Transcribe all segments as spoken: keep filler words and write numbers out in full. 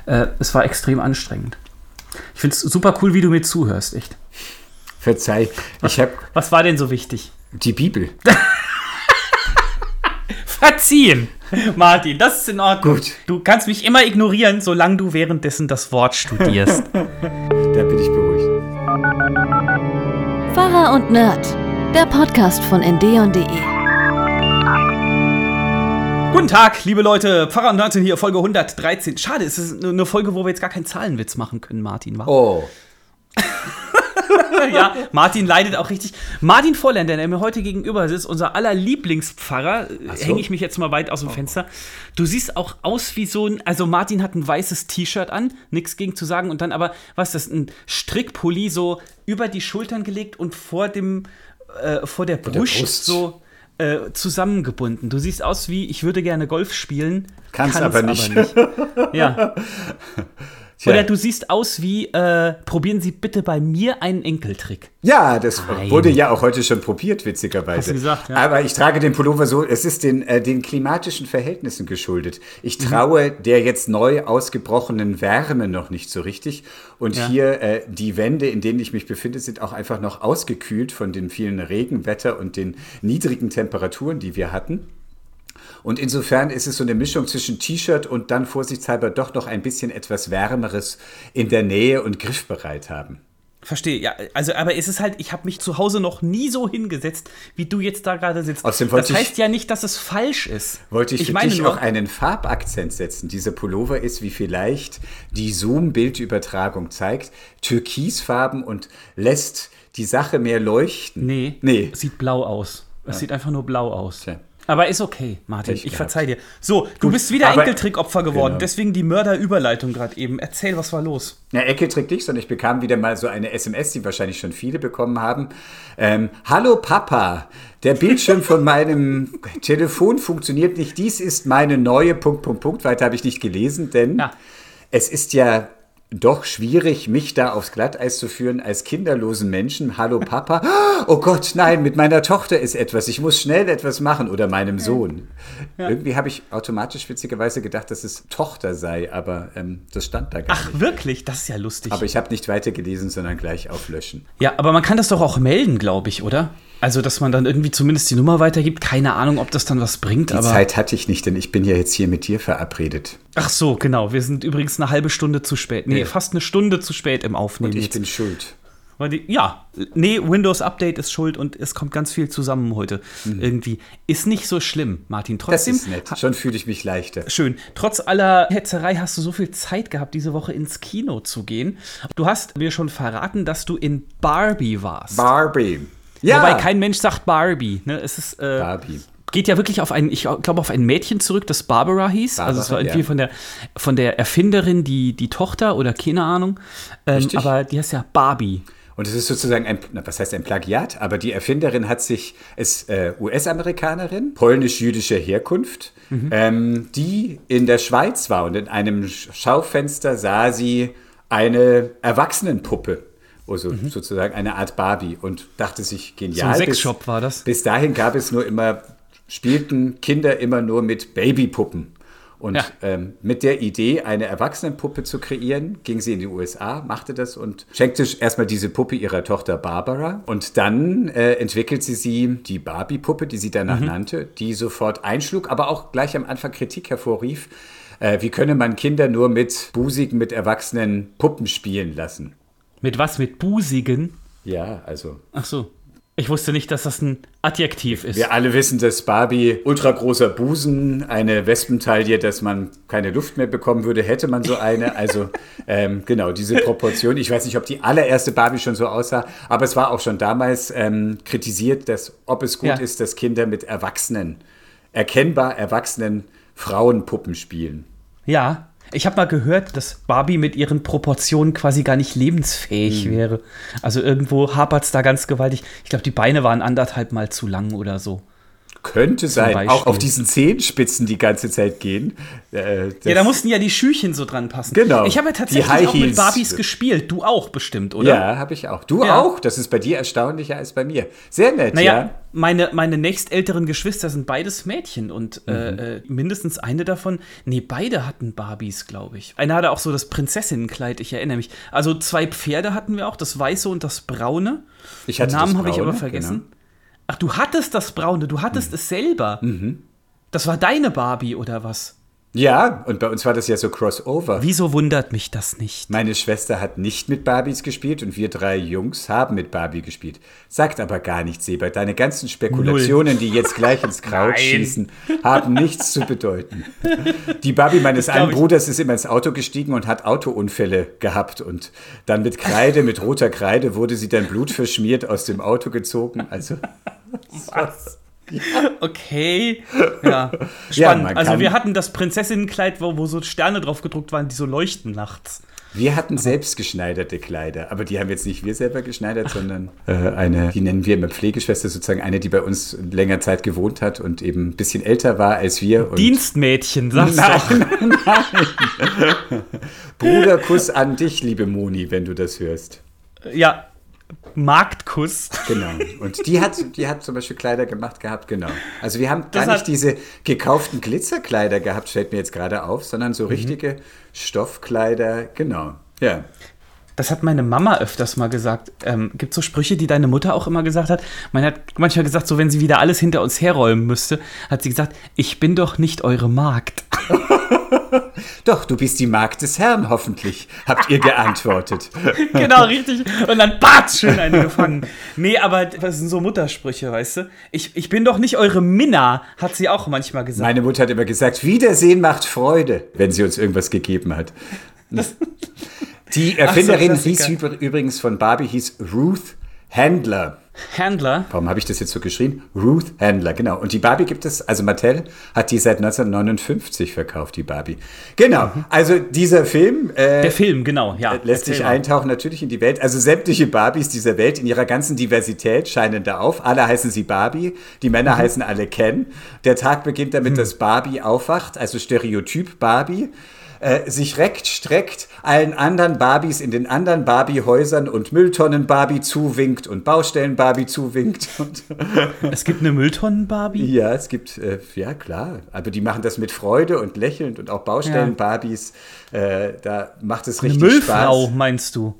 Äh, es war extrem anstrengend. Ich finde es super cool, wie du mir zuhörst, echt. Verzeih, ich habe... Was war denn so wichtig? Die Bibel. Verziehen, Martin, das ist in Ordnung. Gut. Du kannst mich immer ignorieren, solange du währenddessen das Wort studierst. Da bin ich beruhigt. Pfarrer und Nerd, der Podcast von endeon punkt de. Guten Tag, liebe Leute, Pfarrer und Nerd sind hier, Folge hundertdreizehn. Schade, es ist eine Folge, wo wir jetzt gar keinen Zahlenwitz machen können, Martin. Wa? Oh. Ja, Martin leidet auch richtig. Martin Vorländer, der mir heute gegenüber sitzt, unser aller Lieblingspfarrer, so. Hänge ich mich jetzt mal weit aus dem Fenster. Du siehst auch aus wie so ein, also Martin hat ein weißes T-Shirt an, nichts gegen zu sagen, und dann aber, was ist das, ein Strickpulli so über die Schultern gelegt und vor dem, äh, vor der Brust, der Brust. so äh, zusammengebunden. Du siehst aus wie, ich würde gerne Golf spielen, kannst, kannst aber nicht. Aber nicht. Ja. Tja. Oder du siehst aus wie, äh, probieren Sie bitte bei mir einen Enkeltrick. Ja, das Nein. wurde ja auch heute schon probiert, witzigerweise. Hast du gesagt, ja. Aber ich trage den Pullover so, es ist den, äh, den klimatischen Verhältnissen geschuldet. Ich traue mhm. der jetzt neu ausgebrochenen Wärme noch nicht so richtig. Und ja. hier, äh, die Wände, in denen ich mich befinde, sind auch einfach noch ausgekühlt von dem vielen Regenwetter und den niedrigen Temperaturen, die wir hatten. Und insofern ist es so eine Mischung zwischen T-Shirt und dann vorsichtshalber doch noch ein bisschen etwas Wärmeres in der Nähe und griffbereit haben. Verstehe, ja, also aber es ist halt, ich habe mich zu Hause noch nie so hingesetzt, wie du jetzt da gerade sitzt. Außerdem das heißt ich, ja nicht, dass es falsch ist. Wollte ich, ich für meine dich nur, auch einen Farbakzent setzen. Dieser Pullover ist, wie vielleicht die Zoom-Bildübertragung zeigt, türkisfarben und lässt die Sache mehr leuchten. Nee, nee. sieht blau aus. Es ja. sieht einfach nur blau aus. Tja. Aber ist okay, Martin, Pech ich gehabt. verzeih dir. So, du Gut, bist wieder aber- Enkeltrickopfer geworden, Genau. deswegen die Mörderüberleitung gerade eben. Erzähl, was war los? Ja, Enkeltrick nicht, sondern ich bekam wieder mal so eine S M S, die wahrscheinlich schon viele bekommen haben. Ähm, Hallo Papa, der Bildschirm von meinem Telefon funktioniert nicht. Dies ist meine neue Punkt, Punkt, Punkt. Weiter habe ich nicht gelesen, denn Ja. es ist ja doch schwierig, mich da aufs Glatteis zu führen als kinderlosen Menschen. Hallo Papa. Oh Gott, nein, mit meiner Tochter ist etwas. Ich muss schnell etwas machen. Oder meinem Sohn. Ja. Irgendwie habe ich automatisch witzigerweise gedacht, dass es Tochter sei, aber ähm, das stand da gar Ach, nicht. wirklich? Das ist ja lustig. Aber ich habe nicht weitergelesen, sondern gleich auf Löschen. Ja, aber man kann das doch auch melden, glaube ich, oder? Also, dass man dann irgendwie zumindest die Nummer weitergibt. Keine Ahnung, ob das dann was bringt. Die aber Zeit hatte ich nicht, denn ich bin ja jetzt hier mit dir verabredet. Ach so, genau. Wir sind übrigens eine halbe Stunde zu spät. Nee, Ja. fast eine Stunde zu spät im Aufnehmen. Und ich jetzt. bin schuld. Weil die, ja, nee, Windows Update ist schuld und es kommt ganz viel zusammen heute. Mhm. Irgendwie. Ist nicht so schlimm, Martin. Trotzdem, Das ist nett. Schon fühle ich mich leichter. Schön. Trotz aller Hetzerei hast du so viel Zeit gehabt, diese Woche ins Kino zu gehen. Du hast mir schon verraten, dass du in Barbie warst. Barbie. Ja. Wobei kein Mensch sagt Barbie. Ne? Es ist, äh, Barbie. geht ja wirklich auf ein, ich glaube, auf ein Mädchen zurück, das Barbara hieß. Barbara, also es war irgendwie ja. von der, von der Erfinderin, die, die Tochter oder keine Ahnung. Ähm, Richtig. aber die heißt ja Barbie. Und es ist sozusagen ein, na, was heißt ein Plagiat, aber die Erfinderin hat sich, ist äh, U S-Amerikanerin, polnisch-jüdischer Herkunft, mhm. ähm, die in der Schweiz war und in einem Schaufenster sah sie eine Erwachsenenpuppe. Also mhm. sozusagen eine Art Barbie und dachte sich, genial. So ein Sexshop war das. Bis dahin gab es nur immer, spielten Kinder immer nur mit Babypuppen. Und ja. ähm, mit der Idee, eine Erwachsenenpuppe zu kreieren, ging sie in die U S A, machte das und schenkte erstmal diese Puppe ihrer Tochter Barbara. Und dann äh, entwickelt sie sie, die Barbie-Puppe, die sie danach mhm. nannte, die sofort einschlug, aber auch gleich am Anfang Kritik hervorrief. Äh, wie könne man Kinder nur mit busigen, mit erwachsenen Puppen spielen lassen? Mit was? Mit busigen? Ja, also. Ach so. Ich wusste nicht, dass das ein Adjektiv ist. Wir alle wissen, dass Barbie ultra großer Busen, eine Wespentaille, dass man keine Luft mehr bekommen würde, hätte man so eine. Also ähm, genau, diese Proportion. Ich weiß nicht, ob die allererste Barbie schon so aussah, aber es war auch schon damals ähm, kritisiert, dass ob es gut Ja. ist, dass Kinder mit Erwachsenen, erkennbar erwachsenen Frauenpuppen spielen. Ja, ich habe mal gehört, dass Barbie mit ihren Proportionen quasi gar nicht lebensfähig Mhm. wäre. Also irgendwo hapert es da ganz gewaltig. Ich glaube, die Beine waren anderthalb Mal zu lang oder so. Könnte sein, auch auf diesen Zehenspitzen die ganze Zeit gehen. Äh, ja, da mussten ja die Schüchen so dran passen. Genau. Ich habe ja tatsächlich auch mit Barbies gespielt. Du auch bestimmt, oder? Ja, habe ich auch. Du ja. auch? Das ist bei dir erstaunlicher als bei mir. Sehr nett, naja, ja. Meine, meine nächstälteren Geschwister sind beides Mädchen und mhm. äh, mindestens eine davon, nee, beide hatten Barbies, glaube ich. Eine hatte auch so das Prinzessinnenkleid, ich erinnere mich. Also zwei Pferde hatten wir auch, das weiße und das braune. Ich hatte Den Namen habe ich aber vergessen. Genau. Ach, du hattest das Braune, du hattest mhm. es selber. Mhm. Das war deine Barbie, oder was? Ja, und bei uns war das ja so Crossover. Wieso wundert mich das nicht? Meine Schwester hat nicht mit Barbies gespielt und wir drei Jungs haben mit Barbie gespielt. Sagt aber gar nichts, Sebert. Deine ganzen Spekulationen, Null. die jetzt gleich ins Kraut schießen, haben nichts zu bedeuten. Die Barbie meines einen Bruders ist immer ins Auto gestiegen und hat Autounfälle gehabt. Und dann mit Kreide, mit roter Kreide, wurde sie dann blutverschmiert aus dem Auto gezogen. Also, was? Ja. Okay, ja, spannend. Ja, also wir hatten das Prinzessinnenkleid, wo, wo so Sterne drauf gedruckt waren, die so leuchten nachts. Wir hatten selbstgeschneiderte Kleider, aber die haben jetzt nicht wir selber geschneidert, sondern äh, eine, die nennen wir immer Pflegeschwester, sozusagen eine, die bei uns länger Zeit gewohnt hat und eben ein bisschen älter war als wir. Und Dienstmädchen, sagst du doch. Nein, nein. Bruderkuss an dich, liebe Moni, wenn du das hörst. Ja. Marktkuss. Genau. Und die hat, die hat zum Beispiel Kleider gemacht gehabt, genau. Also wir haben das gar nicht diese gekauften Glitzerkleider gehabt, fällt mir jetzt gerade auf, sondern so richtige mhm. Stoffkleider, genau. Ja. Das hat meine Mama öfters mal gesagt. Ähm, gibt es so Sprüche, die deine Mutter auch immer gesagt hat? Man hat manchmal gesagt, so wenn sie wieder alles hinter uns herräumen müsste, hat sie gesagt, ich bin doch nicht eure Magd. Doch, du bist die Magd des Herrn, hoffentlich, habt ihr geantwortet. Genau, richtig. Und dann batsch, schön eine gefangen. Nee, aber das sind so Muttersprüche, weißt du? Ich, ich bin doch nicht eure Minna, hat sie auch manchmal gesagt. Meine Mutter hat immer gesagt, Wiedersehen macht Freude, wenn sie uns irgendwas gegeben hat. Das Die Erfinderin so, hieß übrigens von Barbie, hieß Ruth Handler. Handler? Warum habe ich das jetzt so geschrieben? Ruth Handler, genau. Und die Barbie gibt es, also Mattel hat die seit neunzehnhundertneunundfünfzig verkauft, die Barbie. Genau, mhm. also dieser Film. Äh, Der Film, genau, ja. Lässt sich mal. eintauchen natürlich in die Welt. Also sämtliche Barbies dieser Welt in ihrer ganzen Diversität scheinen da auf. Alle heißen sie Barbie, die Männer mhm. heißen alle Ken. Der Tag beginnt damit, mhm. dass Barbie aufwacht, also Stereotyp Barbie. Äh, sich reckt, streckt, allen anderen Barbies in den anderen Barbie-Häusern und Mülltonnen-Barbie zuwinkt und Baustellen-Barbie zuwinkt. Und es gibt eine Mülltonnen-Barbie? Ja, es gibt, äh, ja klar, aber die machen das mit Freude und lächelnd und auch Baustellen-Barbies, äh, da macht es richtig eine Müllfrau, Spaß. Meinst du?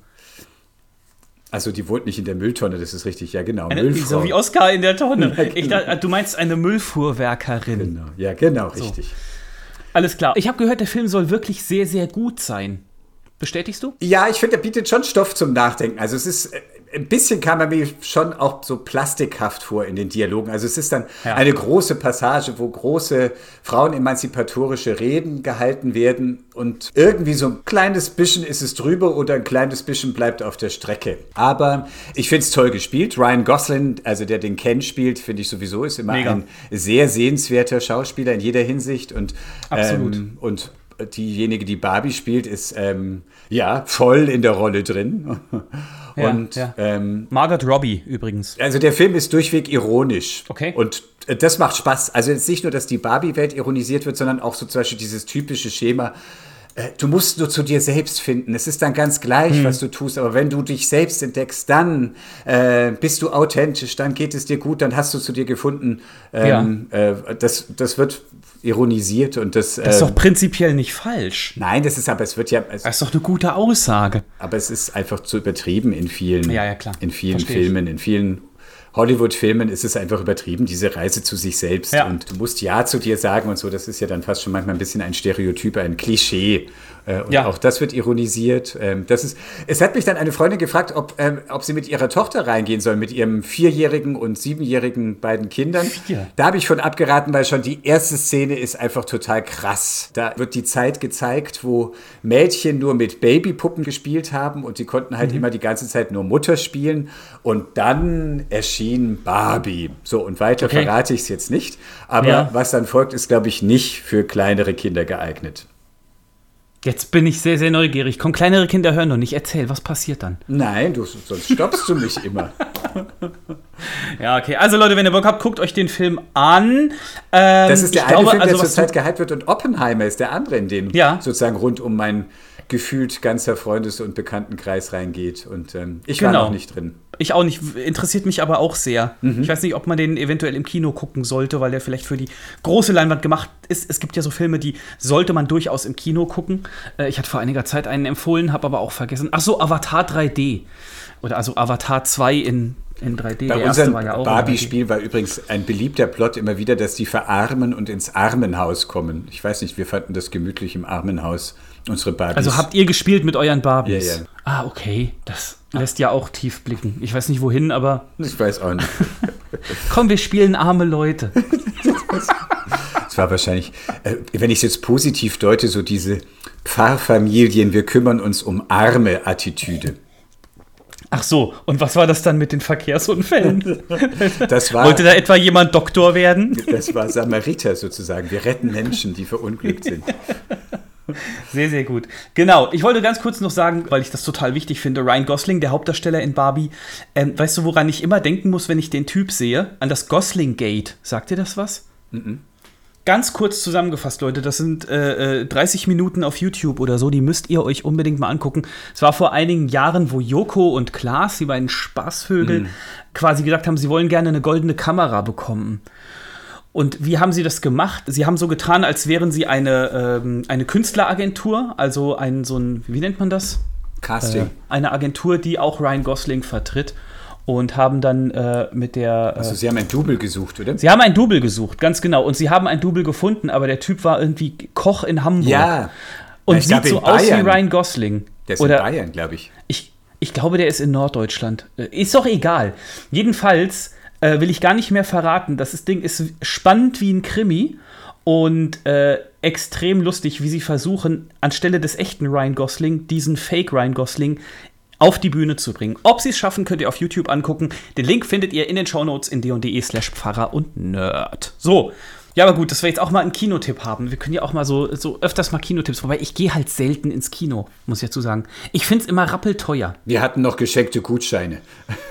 Also die wohnt nicht in der Mülltonne, das ist richtig, ja genau, eine, Müllfrau. So wie Oscar in der Tonne. Ja, genau. Ich dachte, du meinst eine Müllfuhrwerkerin. Genau, ja genau, richtig. So. Alles klar. Ich habe gehört, der Film soll wirklich sehr, sehr gut sein. Bestätigst du? Ja, ich finde, er bietet schon Stoff zum Nachdenken. Also es ist, ein bisschen kam er mir schon auch so plastikhaft vor in den Dialogen. Also es ist dann ja. eine große Passage, wo große frauenemanzipatorische Reden gehalten werden und irgendwie so ein kleines bisschen ist es drüber oder ein kleines bisschen bleibt auf der Strecke. Aber ich finde es toll gespielt. Ryan Gosling, also der den Ken spielt, finde ich sowieso, ist immer Mega. ein sehr sehenswerter Schauspieler in jeder Hinsicht. Und, Absolut. Ähm, und diejenige, die Barbie spielt, ist ähm, ja voll in der Rolle drin. Und, ja, ja. Ähm, Margot Robbie übrigens. Also der Film ist durchweg ironisch. Okay. Und äh, das macht Spaß. Also jetzt nicht nur, dass die Barbie-Welt ironisiert wird, sondern auch so zum Beispiel dieses typische Schema, äh, du musst nur zu dir selbst finden. Es ist dann ganz gleich, hm. was du tust. Aber wenn du dich selbst entdeckst, dann äh, bist du authentisch, dann geht es dir gut, dann hast du zu dir gefunden. Ähm, ja. äh, das, das wird ironisiert und das. Das ist äh, doch prinzipiell nicht falsch. Nein, das ist aber, es wird ja. Es, das ist doch eine gute Aussage. Aber es ist einfach zu übertrieben in vielen, ja, ja, klar. in vielen Versteh Filmen, ich. in vielen Hollywood-Filmen ist es einfach übertrieben, diese Reise zu sich selbst. Ja. Und du musst Ja zu dir sagen und so, das ist ja dann fast schon manchmal ein bisschen ein Stereotyp, ein Klischee. Und ja. auch das wird ironisiert. Das ist, es hat mich dann eine Freundin gefragt, ob, ähm, ob sie mit ihrer Tochter reingehen soll, mit ihrem vierjährigen und siebenjährigen beiden Kindern. Vier. Da habe ich von abgeraten, weil schon die erste Szene ist einfach total krass. Da wird die Zeit gezeigt, wo Mädchen nur mit Babypuppen gespielt haben und die konnten halt mhm. immer die ganze Zeit nur Mutter spielen. Und dann erschien Barbie. So, und weiter okay. verrate ich es jetzt nicht. Aber ja. was dann folgt, ist, glaube ich, nicht für kleinere Kinder geeignet. Jetzt bin ich sehr, sehr neugierig. Komm, kleinere Kinder hören noch nicht. Erzähl, was passiert dann? Nein, du, sonst stoppst du mich immer. Ja, okay. Also Leute, wenn ihr Bock habt, guckt euch den Film an. Ähm, das ist der eine glaube, Film, der also, zurzeit gehypt wird, und Oppenheimer ist der andere, in den ja. sozusagen rund um meinen gefühlt ganzer Freundes- und Bekanntenkreis reingeht. Und ähm, ich war genau. noch nicht drin. Ich auch nicht. Interessiert mich aber auch sehr. Mhm. Ich weiß nicht, ob man den eventuell im Kino gucken sollte, weil der vielleicht für die große Leinwand gemacht ist. Es gibt ja so Filme, die sollte man durchaus im Kino gucken. Äh, ich hatte vor einiger Zeit einen empfohlen, habe aber auch vergessen. Ach so, Avatar drei D. Oder also Avatar zwei in, in drei D. Bei der unserem war ja auch Barbie-Spiel war übrigens ein beliebter Plot immer wieder, dass die verarmen und ins Armenhaus kommen. Ich weiß nicht, wir fanden das gemütlich im Armenhaus, unsere Barbies. Also habt ihr gespielt mit euren Barbies? Ja, ja. Ah, okay. Das lässt ja auch tief blicken. Ich weiß nicht, wohin, aber... Ich weiß auch nicht. Komm, wir spielen arme Leute. Es war wahrscheinlich, äh, wenn ich es jetzt positiv deute, so diese Pfarrfamilien, wir kümmern uns um arme Attitüde. Ach so, und was war das dann mit den Verkehrsunfällen? Das war, Wollte da etwa jemand Doktor werden? Das war Samariter sozusagen. Wir retten Menschen, die verunglückt sind. Sehr, sehr gut. Genau, ich wollte ganz kurz noch sagen, weil ich das total wichtig finde, Ryan Gosling, der Hauptdarsteller in Barbie, ähm, weißt du, woran ich immer denken muss, wenn ich den Typ sehe? An das Gosling-Gate. Sagt dir das was? Mhm. Ganz kurz zusammengefasst, Leute, das sind äh, dreißig Minuten auf YouTube oder so, die müsst ihr euch unbedingt mal angucken. Es war vor einigen Jahren, wo Joko und Klaas, die beiden Spaßvögel, mhm. quasi gesagt haben, sie wollen gerne eine goldene Kamera bekommen. Und wie haben sie das gemacht? Sie haben so getan, als wären sie eine, ähm, eine Künstleragentur, also ein, so ein, wie nennt man das? Casting. Äh, eine Agentur, die auch Ryan Gosling vertritt. Und haben dann äh, mit der... Äh, also sie haben ein Double gesucht, oder? Sie haben ein Double gesucht, ganz genau. Und sie haben ein Double gefunden, aber der Typ war irgendwie Koch in Hamburg. Ja. Und ja, sieht so aus wie Ryan Gosling. Der ist oder, in Bayern, glaube ich. ich. Ich glaube, der ist in Norddeutschland. Ist doch egal. Jedenfalls äh, will ich gar nicht mehr verraten. Das Ding ist spannend wie ein Krimi und äh, extrem lustig, wie sie versuchen, anstelle des echten Ryan Gosling, diesen Fake Ryan Gosling auf die Bühne zu bringen. Ob sie es schaffen, könnt ihr auf YouTube angucken. Den Link findet ihr in den Shownotes in d&de slash Pfarrer und Nerd. So, ja, aber gut, dass wir jetzt auch mal einen Kinotipp haben. Wir können ja auch mal so, so öfters mal Kinotipps, wobei ich gehe halt selten ins Kino, muss ich dazu sagen. Ich finde es immer rappelteuer. Wir hatten noch geschenkte Gutscheine.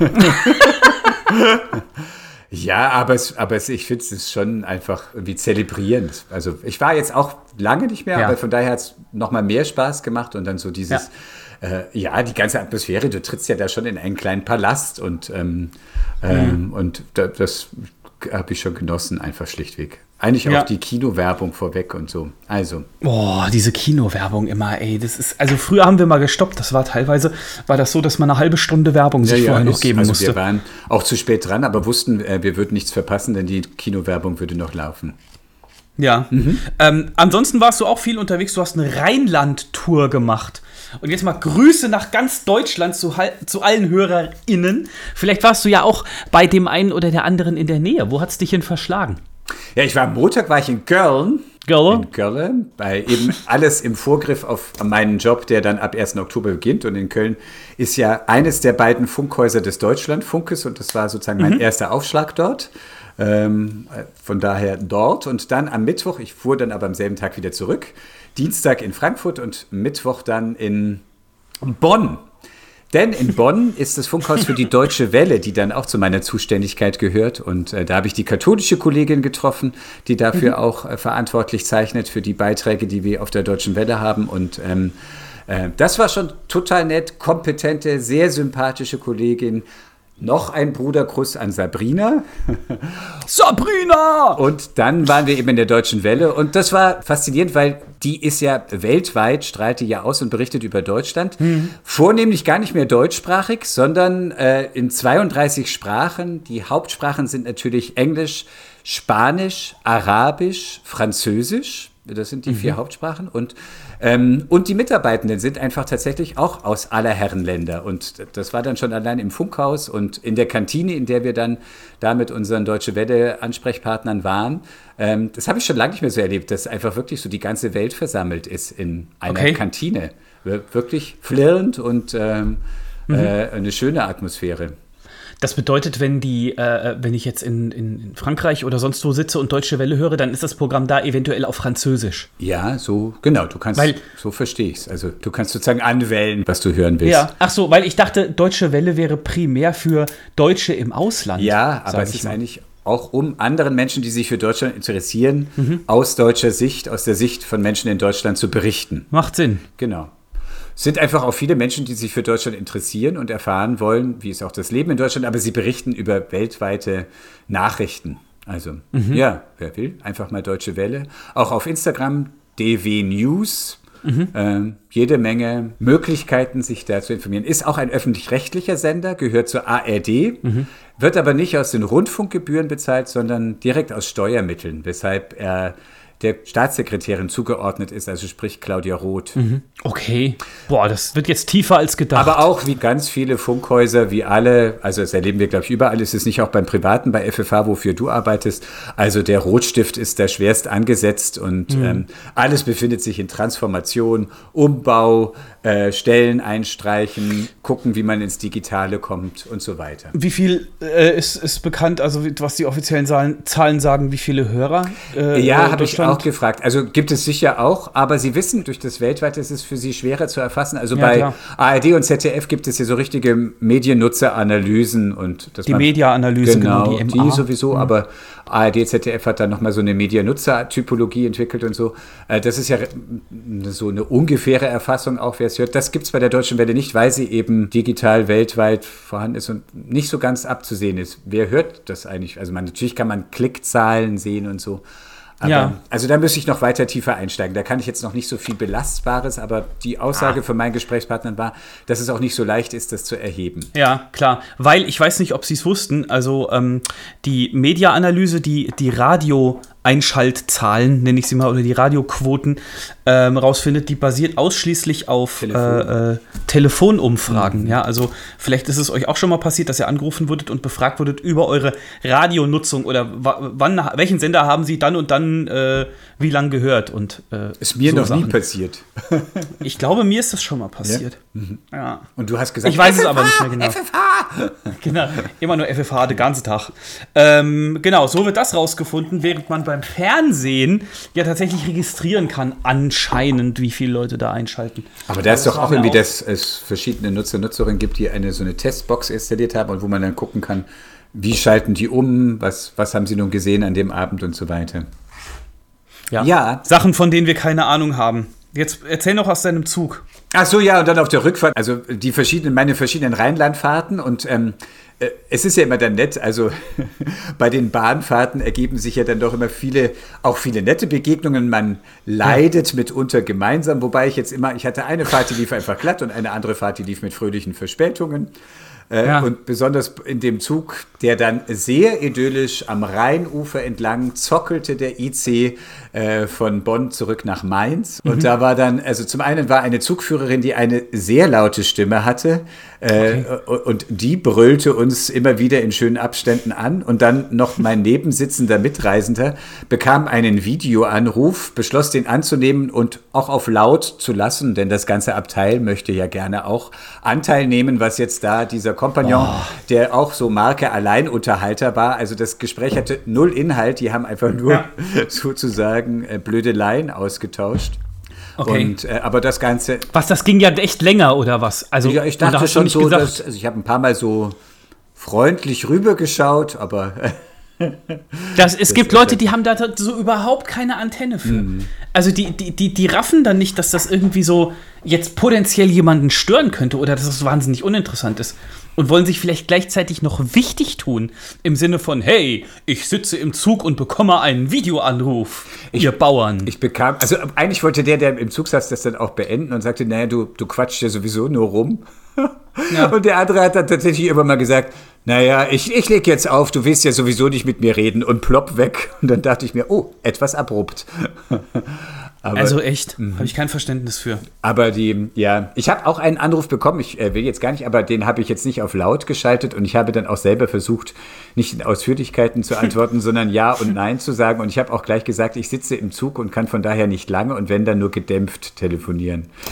Ja, aber, es, aber es, ich finde es schon einfach irgendwie zelebrierend. Also ich war jetzt auch lange nicht mehr, ja. aber von daher hat es nochmal mehr Spaß gemacht und dann so dieses... Ja. Äh, ja, die ganze Atmosphäre, du trittst ja da schon in einen kleinen Palast und, ähm, ähm, mhm. und da, das habe ich schon genossen, einfach schlichtweg. Eigentlich ja. auch die Kinowerbung vorweg und so. Also. Boah, diese Kinowerbung immer, ey, das ist, also früher haben wir mal gestoppt, das war teilweise, war das so, dass man eine halbe Stunde Werbung sich ja, vorher ja, noch geben also musste. Wir waren auch zu spät dran, aber wussten, äh, wir würden nichts verpassen, denn die Kinowerbung würde noch laufen. Ja, mhm. ähm, ansonsten warst du auch viel unterwegs, du hast eine Rheinland-Tour gemacht. Und jetzt mal Grüße nach ganz Deutschland zu, zu allen HörerInnen. Vielleicht warst du ja auch bei dem einen oder der anderen in der Nähe. Wo hat es dich hin verschlagen? Ja, ich war am Montag, war ich in Köln. Köln? In Köln, bei eben alles im Vorgriff auf meinen Job, der dann ab ersten Oktober beginnt. Und in Köln ist ja eines der beiden Funkhäuser des Deutschlandfunkes und das war sozusagen mein mhm. erster Aufschlag dort. Ähm, von daher dort und dann am Mittwoch, ich fuhr dann aber am selben Tag wieder zurück, Dienstag in Frankfurt und Mittwoch dann in Bonn. Denn in Bonn ist das Funkhaus für die Deutsche Welle, die dann auch zu meiner Zuständigkeit gehört. Und äh, da habe ich die katholische Kollegin getroffen, die dafür mhm. auch äh, verantwortlich zeichnet für die Beiträge, die wir auf der Deutschen Welle haben. Und ähm, äh, das war schon total nett, kompetente, sehr sympathische Kollegin. Noch ein Bruderkuss an Sabrina. Sabrina! Und dann waren wir eben in der Deutschen Welle. Und das war faszinierend, weil die ist ja weltweit, strahlt die ja aus und berichtet über Deutschland. Mhm. Vornehmlich gar nicht mehr deutschsprachig, sondern äh, in zweiunddreißig Sprachen. Die Hauptsprachen sind natürlich Englisch, Spanisch, Arabisch, Französisch. Das sind die mhm. vier Hauptsprachen. Und, ähm, und die Mitarbeitenden sind einfach tatsächlich auch aus aller Herren Länder. Und das war dann schon allein im Funkhaus und in der Kantine, in der wir dann da mit unseren Deutsche Welle-Ansprechpartnern waren. Ähm, das habe ich schon lange nicht mehr so erlebt, dass einfach wirklich so die ganze Welt versammelt ist in einer okay. Kantine. Wirklich flirrend und ähm, mhm. äh, eine schöne Atmosphäre. Das bedeutet, wenn die, äh, wenn ich jetzt in, in Frankreich oder sonst wo sitze und Deutsche Welle höre, dann ist das Programm da eventuell auf Französisch. Ja, so, genau, du kannst, weil, so verstehe ich es. Also du kannst sozusagen anwählen, was du hören willst. Ja, ach so, weil ich dachte, Deutsche Welle wäre primär für Deutsche im Ausland. Ja, aber es ist mal. eigentlich auch um anderen Menschen, die sich für Deutschland interessieren, mhm. aus deutscher Sicht, aus der Sicht von Menschen in Deutschland zu berichten. Macht Sinn. Genau. Es sind einfach auch viele Menschen, die sich für Deutschland interessieren und erfahren wollen, wie ist auch das Leben in Deutschland, aber sie berichten über weltweite Nachrichten. Also, mhm. ja, wer will, einfach mal Deutsche Welle. Auch auf Instagram, D W News. Mhm. Ähm, jede Menge Möglichkeiten, sich da zu informieren. Ist auch ein öffentlich-rechtlicher Sender, gehört zur A R D, mhm. wird aber nicht aus den Rundfunkgebühren bezahlt, sondern direkt aus Steuermitteln, weshalb er der Staatssekretärin zugeordnet ist, also sprich Claudia Roth. Mhm. Okay. Boah, das wird jetzt tiefer als gedacht. Aber auch wie ganz viele Funkhäuser, wie alle, also das erleben wir, glaube ich, überall, ist es nicht auch beim Privaten, bei F F H, wofür du arbeitest. Also der Rotstift ist da schwerst angesetzt und mhm. ähm, alles befindet sich in Transformation, Umbau, äh, Stellen einstreichen, gucken, wie man ins Digitale kommt und so weiter. Wie viel äh, ist, ist bekannt, also was die offiziellen Zahlen, Zahlen sagen, wie viele Hörer? Äh, ja, habe ich auch gefragt. Also gibt es sicher auch, aber Sie wissen, durch das Weltweite ist es für Sie schwerer zu erfassen. Also ja, bei klar. A R D und Z D F gibt es ja so richtige Mediennutzeranalysen. Und das die Media-Analyse, genau, genau, die M A. Die sowieso, mhm. aber A R D, Z D F hat dann nochmal so eine Mediennutzer-Typologie entwickelt und so. Das ist ja so eine ungefähre Erfassung auch, wer es hört. Das gibt es bei der Deutschen Welle nicht, weil sie eben digital weltweit vorhanden ist und nicht so ganz abzusehen ist. Wer hört das eigentlich? Also man, natürlich kann man Klickzahlen sehen und so. Aber, ja. Also da müsste ich noch weiter tiefer einsteigen. Da kann ich jetzt noch nicht so viel Belastbares, aber die Aussage ah. von meinen Gesprächspartnern war, dass es auch nicht so leicht ist, das zu erheben. Ja, klar. Weil, ich weiß nicht, ob Sie es wussten, also ähm, die Media-Analyse, die, die Radio-Einschaltzahlen, nenne ich sie mal, oder die Radioquoten ähm, rausfindet, die basiert ausschließlich auf Telefon. äh, äh, Telefonumfragen. Mhm. Ja, also vielleicht ist es euch auch schon mal passiert, dass ihr angerufen wurdet und befragt wurdet über eure Radionutzung oder wann, welchen Sender haben Sie dann und dann äh, wie lange gehört. Und, äh, ist mir so noch Sachen. nie passiert. Ich glaube, mir ist das schon mal passiert. Ja? Mhm. Ja. Und du hast gesagt, ich weiß F F H, es aber nicht mehr genau. F F H! Genau, immer nur F F H den ganzen Tag. Ähm, genau, so wird das rausgefunden, während man beim Fernsehen ja tatsächlich registrieren kann, anscheinend, wie viele Leute da einschalten. Aber da ist doch auch irgendwie, dass es verschiedene Nutzer und Nutzerinnen gibt, die eine so eine Testbox installiert haben und wo man dann gucken kann, wie schalten die um, was, was haben sie nun gesehen an dem Abend und so weiter. Ja. ja. Sachen, von denen wir keine Ahnung haben. Jetzt erzähl noch aus deinem Zug. Ach so, ja, und dann auf der Rückfahrt, also die verschiedenen, meine verschiedenen Rheinlandfahrten und ähm, äh, es ist ja immer dann nett, also bei den Bahnfahrten ergeben sich ja dann doch immer viele, auch viele nette Begegnungen, man leidet ja. mitunter gemeinsam, wobei ich jetzt immer, ich hatte eine Fahrt, die lief einfach glatt und eine andere Fahrt, die lief mit fröhlichen Verspätungen. Äh, ja. Und besonders in dem Zug, der dann sehr idyllisch am Rheinufer entlang zockelte, der I C äh, von Bonn zurück nach Mainz. Mhm. Und da war dann, also zum einen war eine Zugführerin, die eine sehr laute Stimme hatte äh, okay. und die brüllte uns immer wieder in schönen Abständen an. Und dann noch mein nebensitzender Mitreisender bekam einen Videoanruf, beschloss den anzunehmen und auch auf laut zu lassen, denn das ganze Abteil möchte ja gerne auch Anteil nehmen, was jetzt da dieser Kompagnon, oh. der auch so Marke Alleinunterhalter war. Also das Gespräch hatte null Inhalt, die haben einfach nur ja. sozusagen äh, Blödeleien ausgetauscht. Okay. Und, äh, aber das Ganze... Was, das ging ja echt länger, oder was? Also, ja, ich dachte schon so, dass, also ich habe ein paar Mal so freundlich rübergeschaut, aber... Das, es das gibt Leute, die haben da so überhaupt keine Antenne für. Mhm. Also die, die, die, die raffen dann nicht, dass das irgendwie so jetzt potenziell jemanden stören könnte oder dass das wahnsinnig uninteressant ist und wollen sich vielleicht gleichzeitig noch wichtig tun im Sinne von, hey, ich sitze im Zug und bekomme einen Videoanruf, ich, ihr Bauern. Ich bekam, also eigentlich wollte der, der im Zug saß, das dann auch beenden und sagte, naja, du, du quatschst ja sowieso nur rum. Ja. Und der andere hat dann tatsächlich immer mal gesagt, naja, ich, ich leg jetzt auf, du willst ja sowieso nicht mit mir reden und plopp weg. Und dann dachte ich mir, oh, etwas abrupt. Aber, also echt, habe ich kein Verständnis für. Aber die, ja, ich habe auch einen Anruf bekommen, ich äh, will jetzt gar nicht, aber den habe ich jetzt nicht auf laut geschaltet und ich habe dann auch selber versucht, nicht in Ausführlichkeiten zu antworten, sondern Ja und Nein zu sagen. Und ich habe auch gleich gesagt, ich sitze im Zug und kann von daher nicht lange und wenn dann nur gedämpft telefonieren.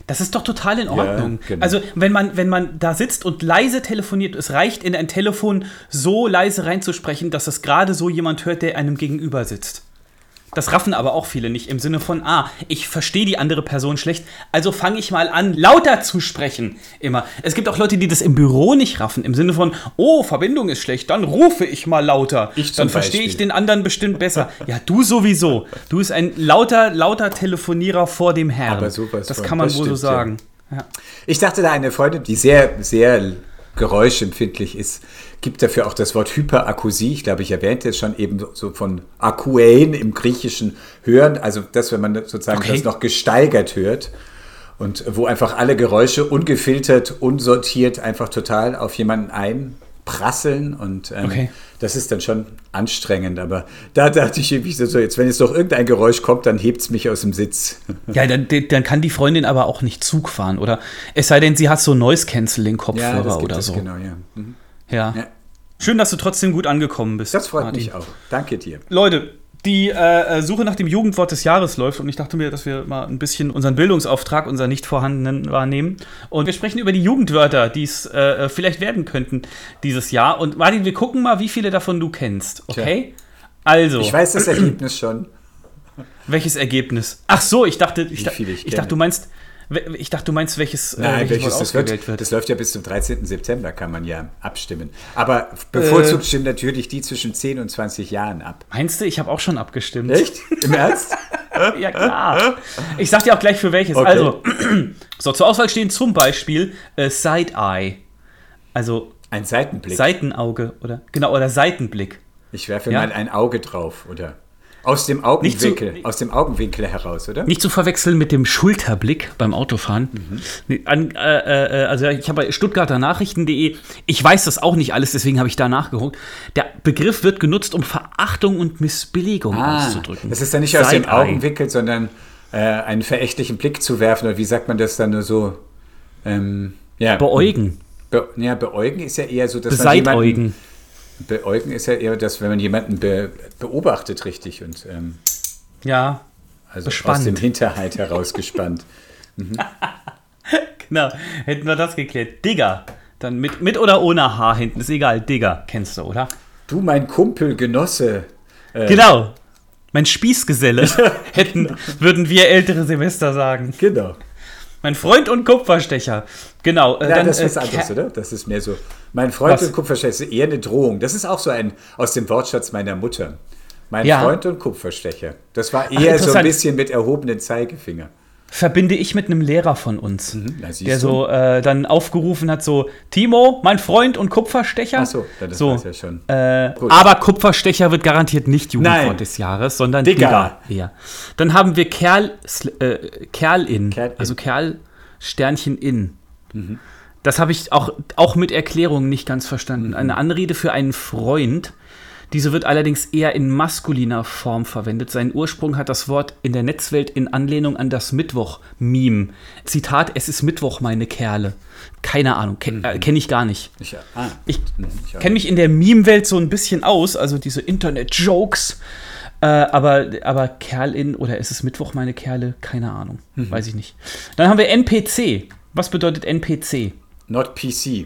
Das ist doch total in Ordnung. Ja, genau. Also wenn man, wenn man da sitzt und leise telefoniert, es reicht in ein Telefon so leise reinzusprechen, dass es gerade so jemand hört, der einem gegenüber sitzt. Das raffen aber auch viele nicht, im Sinne von, ah, ich verstehe die andere Person schlecht, also fange ich mal an, lauter zu sprechen. Immer. Es gibt auch Leute, die das im Büro nicht raffen, im Sinne von, oh, Verbindung ist schlecht, dann rufe ich mal lauter. Ich zum dann verstehe ich Beispiel. den anderen bestimmt besser. Ja, du sowieso. Du bist ein lauter, lauter Telefonierer vor dem Herrn. Aber sowas das von, kann man das wohl so stimmt, ja. sagen. Ja. Ich dachte, da eine Freundin, die sehr, sehr geräuschempfindlich ist, gibt dafür auch das Wort Hyperakusie. Ich glaube, ich erwähnte es schon eben so von Akuein im Griechischen hören, also das, wenn man sozusagen Okay. das noch gesteigert hört und wo einfach alle Geräusche ungefiltert, unsortiert einfach total auf jemanden einprasseln und ähm, Okay. das ist dann schon anstrengend, aber da dachte ich irgendwie so, jetzt wenn jetzt noch irgendein Geräusch kommt, dann hebt es mich aus dem Sitz. Ja, dann, dann kann die Freundin aber auch nicht Zug fahren, oder? Es sei denn, sie hat so Noise-Canceling-Kopfhörer das gibt oder es, so. genau, ja. Mhm. Ja. Ja. Schön, dass du trotzdem gut angekommen bist. Das freut Martin. mich auch. Danke dir. Leute, die äh, Suche nach dem Jugendwort des Jahres läuft und ich dachte mir, dass wir mal ein bisschen unseren Bildungsauftrag, unseren nicht vorhandenen, wahrnehmen. Und wir sprechen über die Jugendwörter, die es äh, vielleicht werden könnten dieses Jahr. Und Martin, wir gucken mal, wie viele davon du kennst, okay? Also, Ich weiß das Ergebnis schon. welches Ergebnis? Ach so, ich dachte, ich, Wie da, viele ich ich kenne. dachte, du meinst, we- ich dachte, du meinst, welches, äh, Nein, welches Wort das wird, ausgewählt wird. das läuft ja bis zum dreizehnten September, kann man ja abstimmen. Aber bevorzugt stimmen natürlich die zwischen zehn und zwanzig Jahren ab. Meinst du, ich habe auch schon abgestimmt? Echt? Im Ernst? Ja, klar. Ich sag dir auch gleich für welches. Okay. Also, so, zur Auswahl stehen zum Beispiel äh, Side-Eye. Also Ein Seitenblick. Seitenauge oder genau oder Seitenblick. Ich werfe Ja. mal ein Auge drauf, oder? Aus dem Nicht zu- Augenwinkel, aus dem Augenwinkel heraus, oder? Nicht zu verwechseln mit dem Schulterblick beim Autofahren. Mhm. Nee, an, äh, äh, also ich habe bei stuttgarter nachrichten punkt de, ich weiß das auch nicht alles, deswegen habe ich da nachgeguckt. Der Begriff wird genutzt, um Verachtung und Missbilligung auszudrücken. Das ist dann nicht aus dem Side-Eye. Augenwinkel, sondern äh, einen verächtlichen Blick zu werfen, oder wie sagt man das dann nur so? Ähm, ja. Beäugen. Be ja, beäugen ist ja eher so, dass man jemanden... Beseitäugen. Beäugen ist ja eher, dass wenn man jemanden be beobachtet, richtig, und ähm, Ja, also Bespannt. aus dem Hinterhalt herausgespannt. genau. Hätten wir das geklärt. Digger. Dann mit, mit oder ohne H hinten, ist egal. Digger, kennst du, oder? Du, mein Kumpel, Genosse. Äh, Genau. Mein Spießgeselle, hätten, würden wir ältere Semester sagen. Genau. Mein Freund und Kupferstecher. Genau. Äh, Ja, dann, das ist äh, was anderes, Ker- oder? Das ist mehr so. Mein Freund Was? und Kupferstecher ist eher eine Drohung. Das ist auch so ein aus dem Wortschatz meiner Mutter. Mein Ja. Freund und Kupferstecher. Das war Ach, eher so ein interessant. bisschen mit erhobenen Zeigefinger. Verbinde ich mit einem Lehrer von uns, na, siehst der du. so äh, dann aufgerufen hat, so, Timo, mein Freund und Kupferstecher. Ach so, ja, das so weiß ja schon. Äh, Gut. aber Kupferstecher wird garantiert nicht Jugendwort Nein. des Jahres, sondern Digger. Digger. Ja. Dann haben wir Kerl, sl- äh, Kerl in, Kerl in. also Kerl Sternchen in. Das habe ich auch, auch mit Erklärung nicht ganz verstanden. Eine Anrede für einen Freund. Diese wird allerdings eher in maskuliner Form verwendet. Seinen Ursprung hat das Wort in der Netzwelt in Anlehnung an das Mittwoch-Meme. Zitat, es ist Mittwoch, meine Kerle. Keine Ahnung, ke äh, kenne ich gar nicht. Ich, ah, Ich ich auch. kenne mich in der Meme-Welt so ein bisschen aus, also diese Internet-Jokes. Äh, aber, aber Kerlin oder ist es Mittwoch, meine Kerle? Keine Ahnung, weiß ich nicht. Dann haben wir N P C. Was bedeutet N P C? Not P C.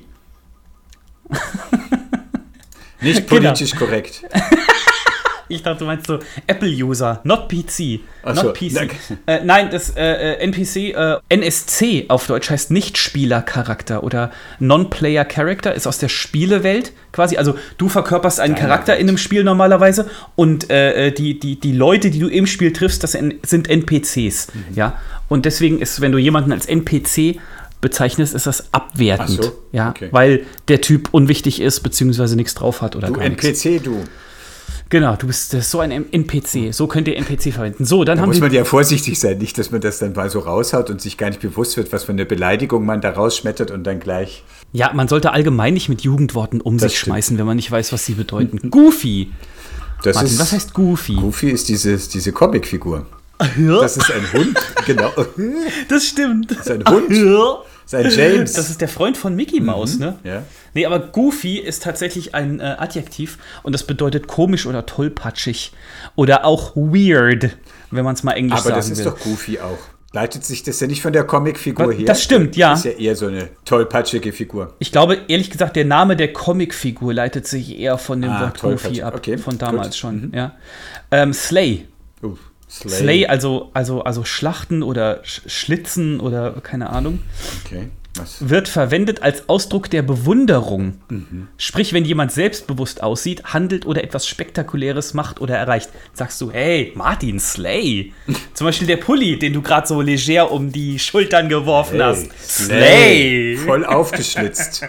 Nicht politisch korrekt. Ich dachte, du meinst so Apple-User, not P C. Ach Not so, P C. danke. Äh, nein, das äh, äh, N P C, äh, N S C auf Deutsch heißt Nicht-Spieler-Charakter oder Non-Player-Character, ist aus der Spielewelt quasi. Also du verkörperst einen Deine Charakter Welt. in einem Spiel normalerweise und äh, die, die, die Leute, die du im Spiel triffst, das sind N P Cs. Mhm. Ja? Und deswegen ist, wenn du jemanden als N P C bezeichnest, ist das abwertend. Ach so, ja? okay. Weil der Typ unwichtig ist, beziehungsweise nichts drauf hat oder Du gar N nichts. P C, du. Genau, du bist äh, so ein N P C. So könnt ihr N P C verwenden. So, dann Da haben muss wir. man ja vorsichtig sein, nicht, dass man das dann mal so raushaut und sich gar nicht bewusst wird, was für eine Beleidigung man da rausschmettert und dann gleich. Ja, man sollte allgemein nicht mit Jugendworten um Das sich stimmt. schmeißen, wenn man nicht weiß, was sie bedeuten. Goofy. Das Martin, ist, was heißt Goofy? Goofy ist dieses, diese Comicfigur. Das ist ein Hund, genau. Das stimmt. Das ist ein Hund. Das ist ein James. Das ist der Freund von Mickey Mouse, ne? Ja. Nee, aber Goofy ist tatsächlich ein äh, Adjektiv und das bedeutet komisch oder tollpatschig oder auch weird, wenn man es mal englisch Aber sagen das ist will. doch Goofy auch. Leitet sich das ja nicht von der Comicfigur her? Das stimmt, ja. Das ist ja eher so eine tollpatschige Figur. Ich glaube, ehrlich gesagt, der Name der Comicfigur leitet sich eher von dem Ah, Wort Goofy ab, okay, von damals gut. schon. Mhm. Ja. Ähm, Slay. Uh, Slay. Slay, also, also, also Schlachten oder Sch- Schlitzen oder keine Ahnung, Okay. Was? wird verwendet als Ausdruck der Bewunderung. Sprich, wenn jemand selbstbewusst aussieht, handelt oder etwas Spektakuläres macht oder erreicht, sagst du, hey, Martin, Slay. Zum Beispiel der Pulli, den du gerade so leger um die Schultern geworfen Hey, hast. Slay. Slay. Voll aufgeschlitzt.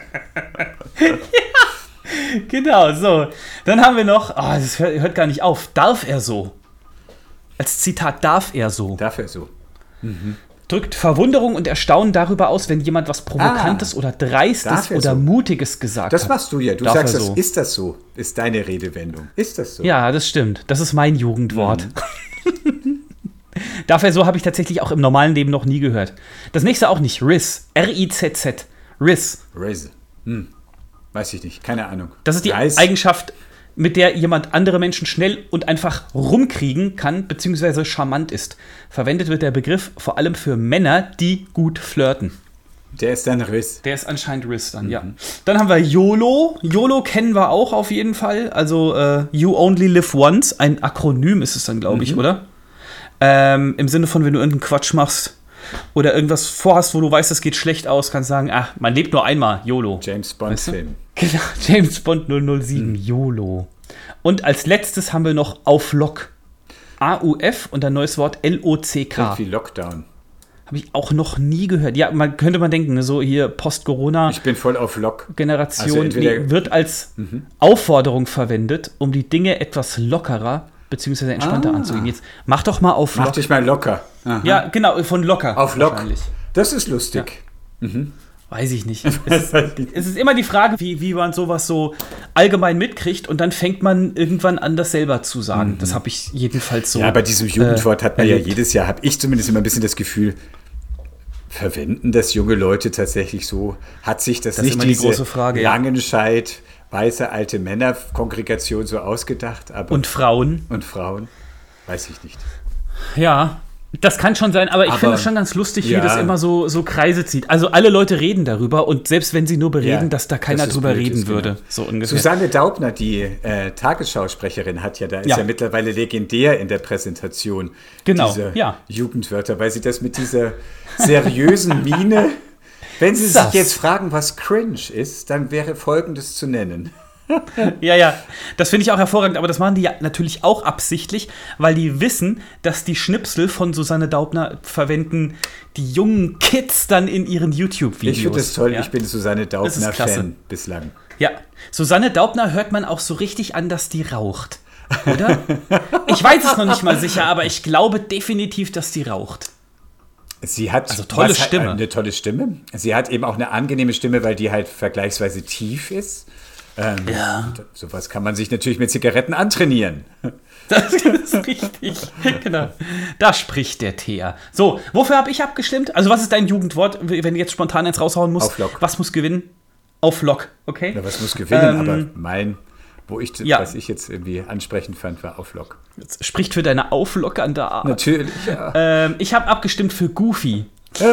Genau, so. Dann haben wir noch, oh, das hört, hört gar nicht auf, darf er so? Als Zitat, darf er so? Dafür so. Drückt Verwunderung und Erstaunen darüber aus, wenn jemand was Provokantes Ah, oder Dreistes darf er oder so? Mutiges gesagt Das hat. machst du ja. Du Darf sagst, er das, so? ist das so? Ist deine Redewendung. Ist das so? Ja, das stimmt. Das ist mein Jugendwort. Mhm. Darf er so, habe ich tatsächlich auch im normalen Leben noch nie gehört. Das nächste auch nicht. Riz. R I Z Z. Riz. Raise. Hm. Weiß ich nicht. Keine Ahnung. Das ist die Reis. Eigenschaft, mit der jemand andere Menschen schnell und einfach rumkriegen kann, beziehungsweise charmant ist. Verwendet wird der Begriff vor allem für Männer, die gut flirten. Der ist dann Riss. Der ist anscheinend Riz dann, ja. Dann haben wir YOLO. YOLO kennen wir auch auf jeden Fall. Also äh, You Only Live Once. Ein Akronym ist es dann, glaube ich, oder? Ähm, Im Sinne von, wenn du irgendeinen Quatsch machst oder irgendwas vorhast, wo du weißt, es geht schlecht aus, kannst sagen, ach, man lebt nur einmal, YOLO. James Weißt du? Bond-Film. Genau, James Bond null null sieben, YOLO. Und als letztes haben wir noch Auf Lock. A U F und ein neues Wort L O C K. Irgendwie Lockdown. Habe ich auch noch nie gehört. Ja, man könnte man denken, ne, so hier Post-Corona-Generation Ich bin voll auf Lock. Also entweder- nee, wird als Aufforderung verwendet, um die Dinge etwas lockerer bzw. entspannter Ah. anzugehen. Jetzt mach doch mal auf Mach Lock. dich mal locker. Aha. Ja, genau, von locker. Auf Lock. wahrscheinlich. Das ist lustig. Weiß ich nicht. Es ist, es ist immer die Frage, wie, wie man sowas so allgemein mitkriegt und dann fängt man irgendwann an, das selber zu sagen. Das habe ich jedenfalls so. Ja, bei diesem Jugendwort hat man ja erlebt. jedes Jahr, habe ich zumindest immer ein bisschen das Gefühl, verwenden das junge Leute tatsächlich so? Hat sich das, Das ist nicht immer die diese große Frage, ja. Langenscheid, weiße alte Männerkongregation so ausgedacht? Aber Und Frauen. und Frauen? Weiß ich nicht. Ja, das kann schon sein, aber ich Aber- finde es schon ganz lustig, ja. wie das immer so, so Kreise zieht. Also alle Leute reden darüber und selbst wenn sie nur bereden, Ja, dass da keiner dass es drüber blöd reden ist, würde. genau. So ungefähr. Susanne Daubner, die äh, Tagesschausprecherin, hat ja, da ist ja. Ja. mittlerweile legendär in der Präsentation Genau, dieser ja. Jugendwörter, weil sie das mit dieser seriösen Miene, wenn Sie sich Das. jetzt fragen, was cringe ist, dann wäre Folgendes zu nennen. Ja, ja, das finde ich auch hervorragend, aber das machen die ja natürlich auch absichtlich, weil die wissen, dass die Schnipsel von Susanne Daubner verwenden die jungen Kids dann in ihren YouTube-Videos. Ich finde das toll, ja? ich bin Susanne Das ist klasse. Daubner-Fan bislang. Ja, Susanne Daubner hört man auch so richtig an, dass die raucht, oder? Ich weiß es noch nicht mal sicher, aber ich glaube definitiv, dass die raucht. Sie hat Also tolle was hat- Stimme. Eine tolle Stimme. Sie hat eben auch eine angenehme Stimme, weil die halt vergleichsweise tief ist. Ähm, Ja. und sowas kann man sich natürlich mit Zigaretten antrainieren. Das ist richtig. Genau. Da spricht der Thea. So, wofür habe ich abgestimmt? Also, was ist dein Jugendwort, wenn du jetzt spontan eins raushauen musst? Auf Lock. Was muss gewinnen? Auf Lock, okay? Ja, was muss gewinnen, Ähm, aber mein, wo ich, ja. was ich jetzt irgendwie ansprechend fand, war Auflock. Das spricht für deine auflockernde Art. Natürlich, ja. Ähm, ich habe abgestimmt für Goofy,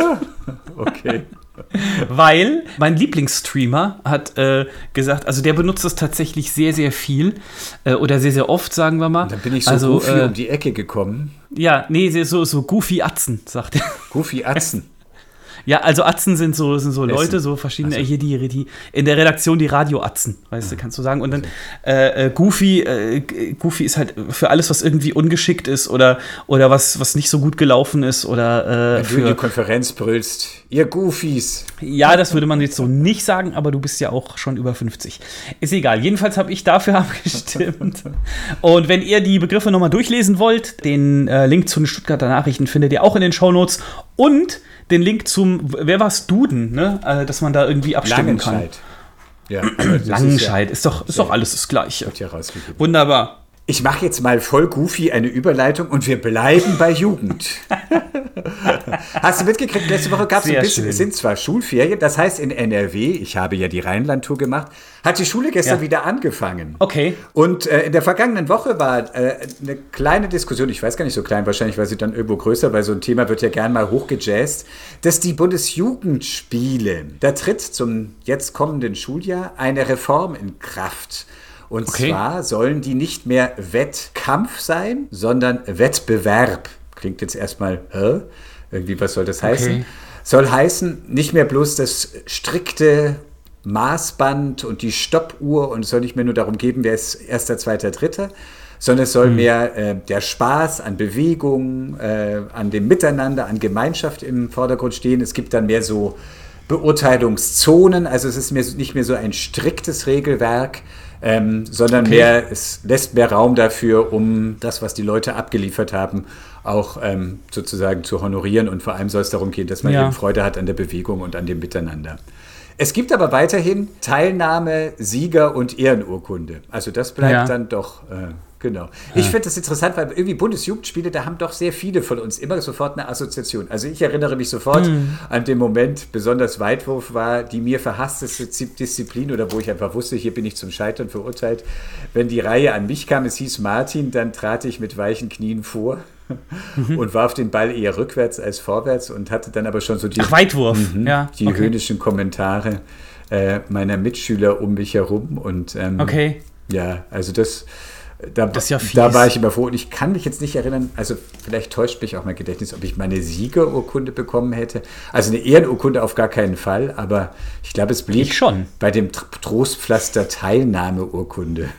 Okay. weil mein Lieblingsstreamer hat äh, gesagt, also der benutzt das tatsächlich sehr, sehr viel äh, oder sehr, sehr oft, sagen wir mal. Dann bin ich so also, goofy äh, um die Ecke gekommen. Ja, nee, so, so Goofy Atzen, sagt er. Goofy Atzen. Ja, also Atzen sind so, sind so Leute, Essen. so verschiedene, Also. hier die, die in der Redaktion die Radio-Atzen, weißt du, kannst du sagen. Und dann äh, äh, Goofy, äh, Goofy ist halt für alles, was irgendwie ungeschickt ist oder, oder was, was nicht so gut gelaufen ist oder äh, Wenn du in die für. Konferenz brüllst, ihr Goofies. Ja, das würde man jetzt so nicht sagen, aber du bist ja auch schon über fünfzig. Ist egal. Jedenfalls habe ich dafür abgestimmt. Und wenn ihr die Begriffe nochmal durchlesen wollt, den äh, Link zu den Stuttgarter Nachrichten findet ihr auch in den Shownotes und den Link zum, wer war's, Duden, ne? Äh, dass man da irgendwie abstimmen kann. Langenscheid. Ja, aber das Langenscheid, ist, doch, ist doch alles das Gleiche. Wird ja rausgegeben. Wunderbar. Ich mache jetzt mal voll goofy eine Überleitung und wir bleiben bei Jugend. Hast du mitgekriegt, letzte Woche gab es ein bisschen, schön. Es sind zwar Schulferien, das heißt in N R W, ich habe ja die Rheinland-Tour gemacht, hat die Schule gestern ja. wieder angefangen. Okay. Und äh, in der vergangenen Woche war äh, eine kleine Diskussion, ich weiß gar nicht so klein, wahrscheinlich war sie dann irgendwo größer, weil so ein Thema wird ja gern mal hochgejazzt, dass die Bundesjugendspiele, da tritt zum jetzt kommenden Schuljahr eine Reform in Kraft. Und okay. zwar sollen die nicht mehr Wettkampf sein, sondern Wettbewerb. Klingt jetzt erstmal, hä? Irgendwie, was soll das heißen? Okay. Soll heißen, nicht mehr bloß das strikte Maßband und die Stoppuhr und es soll nicht mehr nur darum gehen, wer ist erster, zweiter, dritter, sondern es soll hm. mehr äh, der Spaß an Bewegung, äh, an dem Miteinander, an Gemeinschaft im Vordergrund stehen. Es gibt dann mehr so Beurteilungszonen, also es ist mehr, nicht mehr so ein striktes Regelwerk, Ähm, sondern okay. mehr, es lässt mehr Raum dafür, um das, was die Leute abgeliefert haben, auch ähm, sozusagen zu honorieren. Und vor allem soll es darum gehen, dass man ja. eben Freude hat an der Bewegung und an dem Miteinander. Es gibt aber weiterhin Teilnahme, Sieger und Ehrenurkunde. Also das bleibt ja. dann doch, äh, genau. Ich ja. finde das interessant, weil irgendwie Bundesjugendspiele, da haben doch sehr viele von uns immer sofort eine Assoziation. Also ich erinnere mich sofort mhm. an den Moment, besonders Weitwurf war die mir verhassteste Disziplin oder wo ich einfach wusste, hier bin ich zum Scheitern verurteilt. Wenn die Reihe an mich kam, es hieß Martin, dann trat ich mit weichen Knien vor. Mhm. Und warf den Ball eher rückwärts als vorwärts und hatte dann aber schon so die, Ach, Weitwurf. Mhm, ja, die okay. höhnischen Kommentare äh, meiner Mitschüler um mich herum. Und ähm, okay. ja, also das, da, das ist ja fies. Da war ich immer froh. Und ich kann mich jetzt nicht erinnern, also vielleicht täuscht mich auch mein Gedächtnis, ob ich meine Siegerurkunde bekommen hätte. Also eine Ehrenurkunde auf gar keinen Fall, aber ich glaube, es blieb ich schon. bei dem Trostpflaster Teilnahmeurkunde.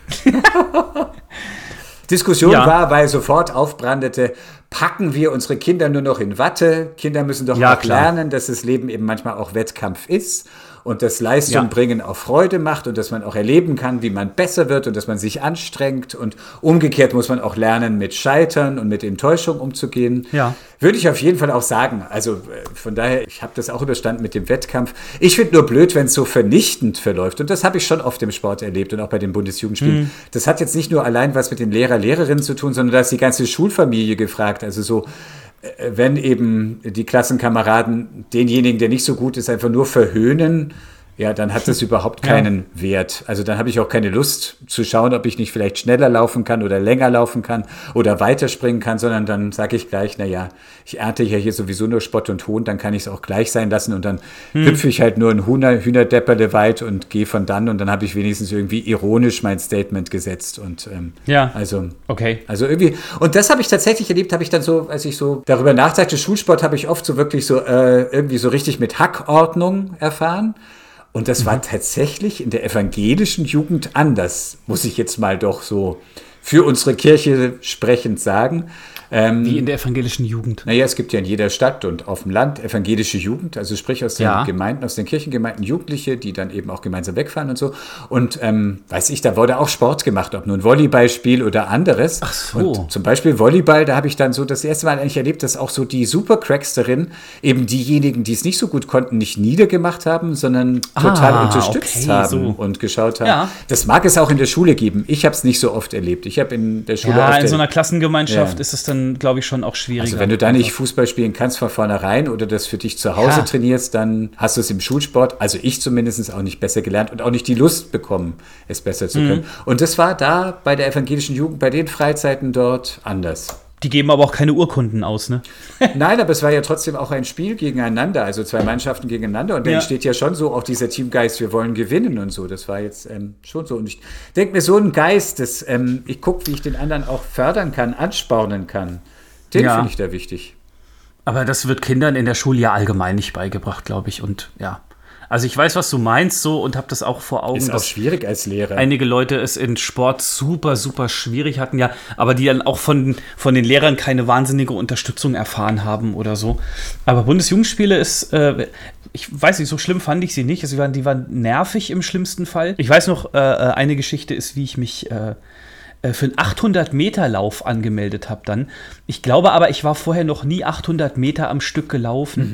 Diskussion ja. war, weil sofort aufbrandete, packen wir unsere Kinder nur noch in Watte. Kinder müssen doch ja, auch klar. lernen, dass das Leben eben manchmal auch Wettkampf ist und dass Leistung ja. bringen auch Freude macht und dass man auch erleben kann, wie man besser wird und dass man sich anstrengt. Und umgekehrt muss man auch lernen, mit Scheitern und mit Enttäuschung umzugehen. Ja. Würde ich auf jeden Fall auch sagen. Also von daher, ich habe das auch überstanden mit dem Wettkampf. Ich finde nur blöd, wenn es so vernichtend verläuft. Und das habe ich schon oft im Sport erlebt und auch bei den Bundesjugendspielen. Mhm. Das hat jetzt nicht nur allein was mit den Lehrer, Lehrerinnen zu tun, sondern da ist die ganze Schulfamilie gefragt. Also so, wenn eben die Klassenkameraden denjenigen, der nicht so gut ist, einfach nur verhöhnen, ja, dann hat das überhaupt keinen ja. Wert. Also dann habe ich auch keine Lust zu schauen, ob ich nicht vielleicht schneller laufen kann oder länger laufen kann oder weiterspringen kann, sondern dann sage ich gleich, naja, ich ernte ja hier sowieso nur Spott und Hohn, dann kann ich es auch gleich sein lassen und dann hm. hüpfe ich halt nur ein Hühner, Hühnerdepperle weit und gehe von dann und dann habe ich wenigstens irgendwie ironisch mein Statement gesetzt und ähm, ja, also, okay. also irgendwie, und das habe ich tatsächlich erlebt, habe ich dann so, als ich so darüber nachdachte, Schulsport habe ich oft so wirklich so äh, irgendwie so richtig mit Hackordnung erfahren. Und das war tatsächlich in der evangelischen Jugend anders, muss ich jetzt mal doch so für unsere Kirche sprechend sagen. Ähm, Wie in der evangelischen Jugend? Naja, es gibt ja in jeder Stadt und auf dem Land evangelische Jugend, also sprich aus den ja. Gemeinden, aus den Kirchengemeinden Jugendliche, die dann eben auch gemeinsam wegfahren und so. Und ähm, weiß ich, da wurde auch Sport gemacht, ob nun Volleyballspiel oder anderes. Ach so. Und zum Beispiel Volleyball, da habe ich dann so das erste Mal eigentlich erlebt, dass auch so die Supercracks darin eben diejenigen, die es nicht so gut konnten, nicht niedergemacht haben, sondern total ah, unterstützt okay, haben so. und geschaut haben. Ja. Das mag es auch in der Schule geben. Ich habe es nicht so oft erlebt. Ich habe in der Schule Ja, in der, so einer Klassengemeinschaft ja. ist es dann, glaube ich, schon auch schwieriger. Also wenn du da nicht Fußball spielen kannst von vornherein oder das für dich zu Hause ja. trainierst, dann hast du es im Schulsport, also ich zumindest, auch nicht besser gelernt und auch nicht die Lust bekommen, es besser zu können. Mhm. Und das war da bei der evangelischen Jugend, bei den Freizeiten dort anders. Die geben aber auch keine Urkunden aus, ne? Nein, aber es war ja trotzdem auch ein Spiel gegeneinander, also zwei Mannschaften gegeneinander. Und da ja. entsteht ja schon so auch dieser Teamgeist, wir wollen gewinnen und so. Das war jetzt ähm, schon so. Und ich denke mir, so ein Geist, das, ähm, ich gucke, wie ich den anderen auch fördern kann, anspornen kann. Den ja. finde ich da wichtig. Aber das wird Kindern in der Schule ja allgemein nicht beigebracht, glaube ich. Und ja, also ich weiß, was du meinst so und habe das auch vor Augen. Ist auch schwierig als Lehrer. Einige Leute es in Sport super, super schwierig hatten, ja, aber die dann auch von, von den Lehrern keine wahnsinnige Unterstützung erfahren haben oder so. Aber Bundesjugendspiele ist, äh, ich weiß nicht, so schlimm fand ich sie nicht. Also die waren, die waren nervig im schlimmsten Fall. Ich weiß noch, äh, eine Geschichte ist, wie ich mich äh, für einen achthundert-Meter-Lauf angemeldet habe dann. Ich glaube aber, ich war vorher noch nie achthundert Meter am Stück gelaufen. Mhm.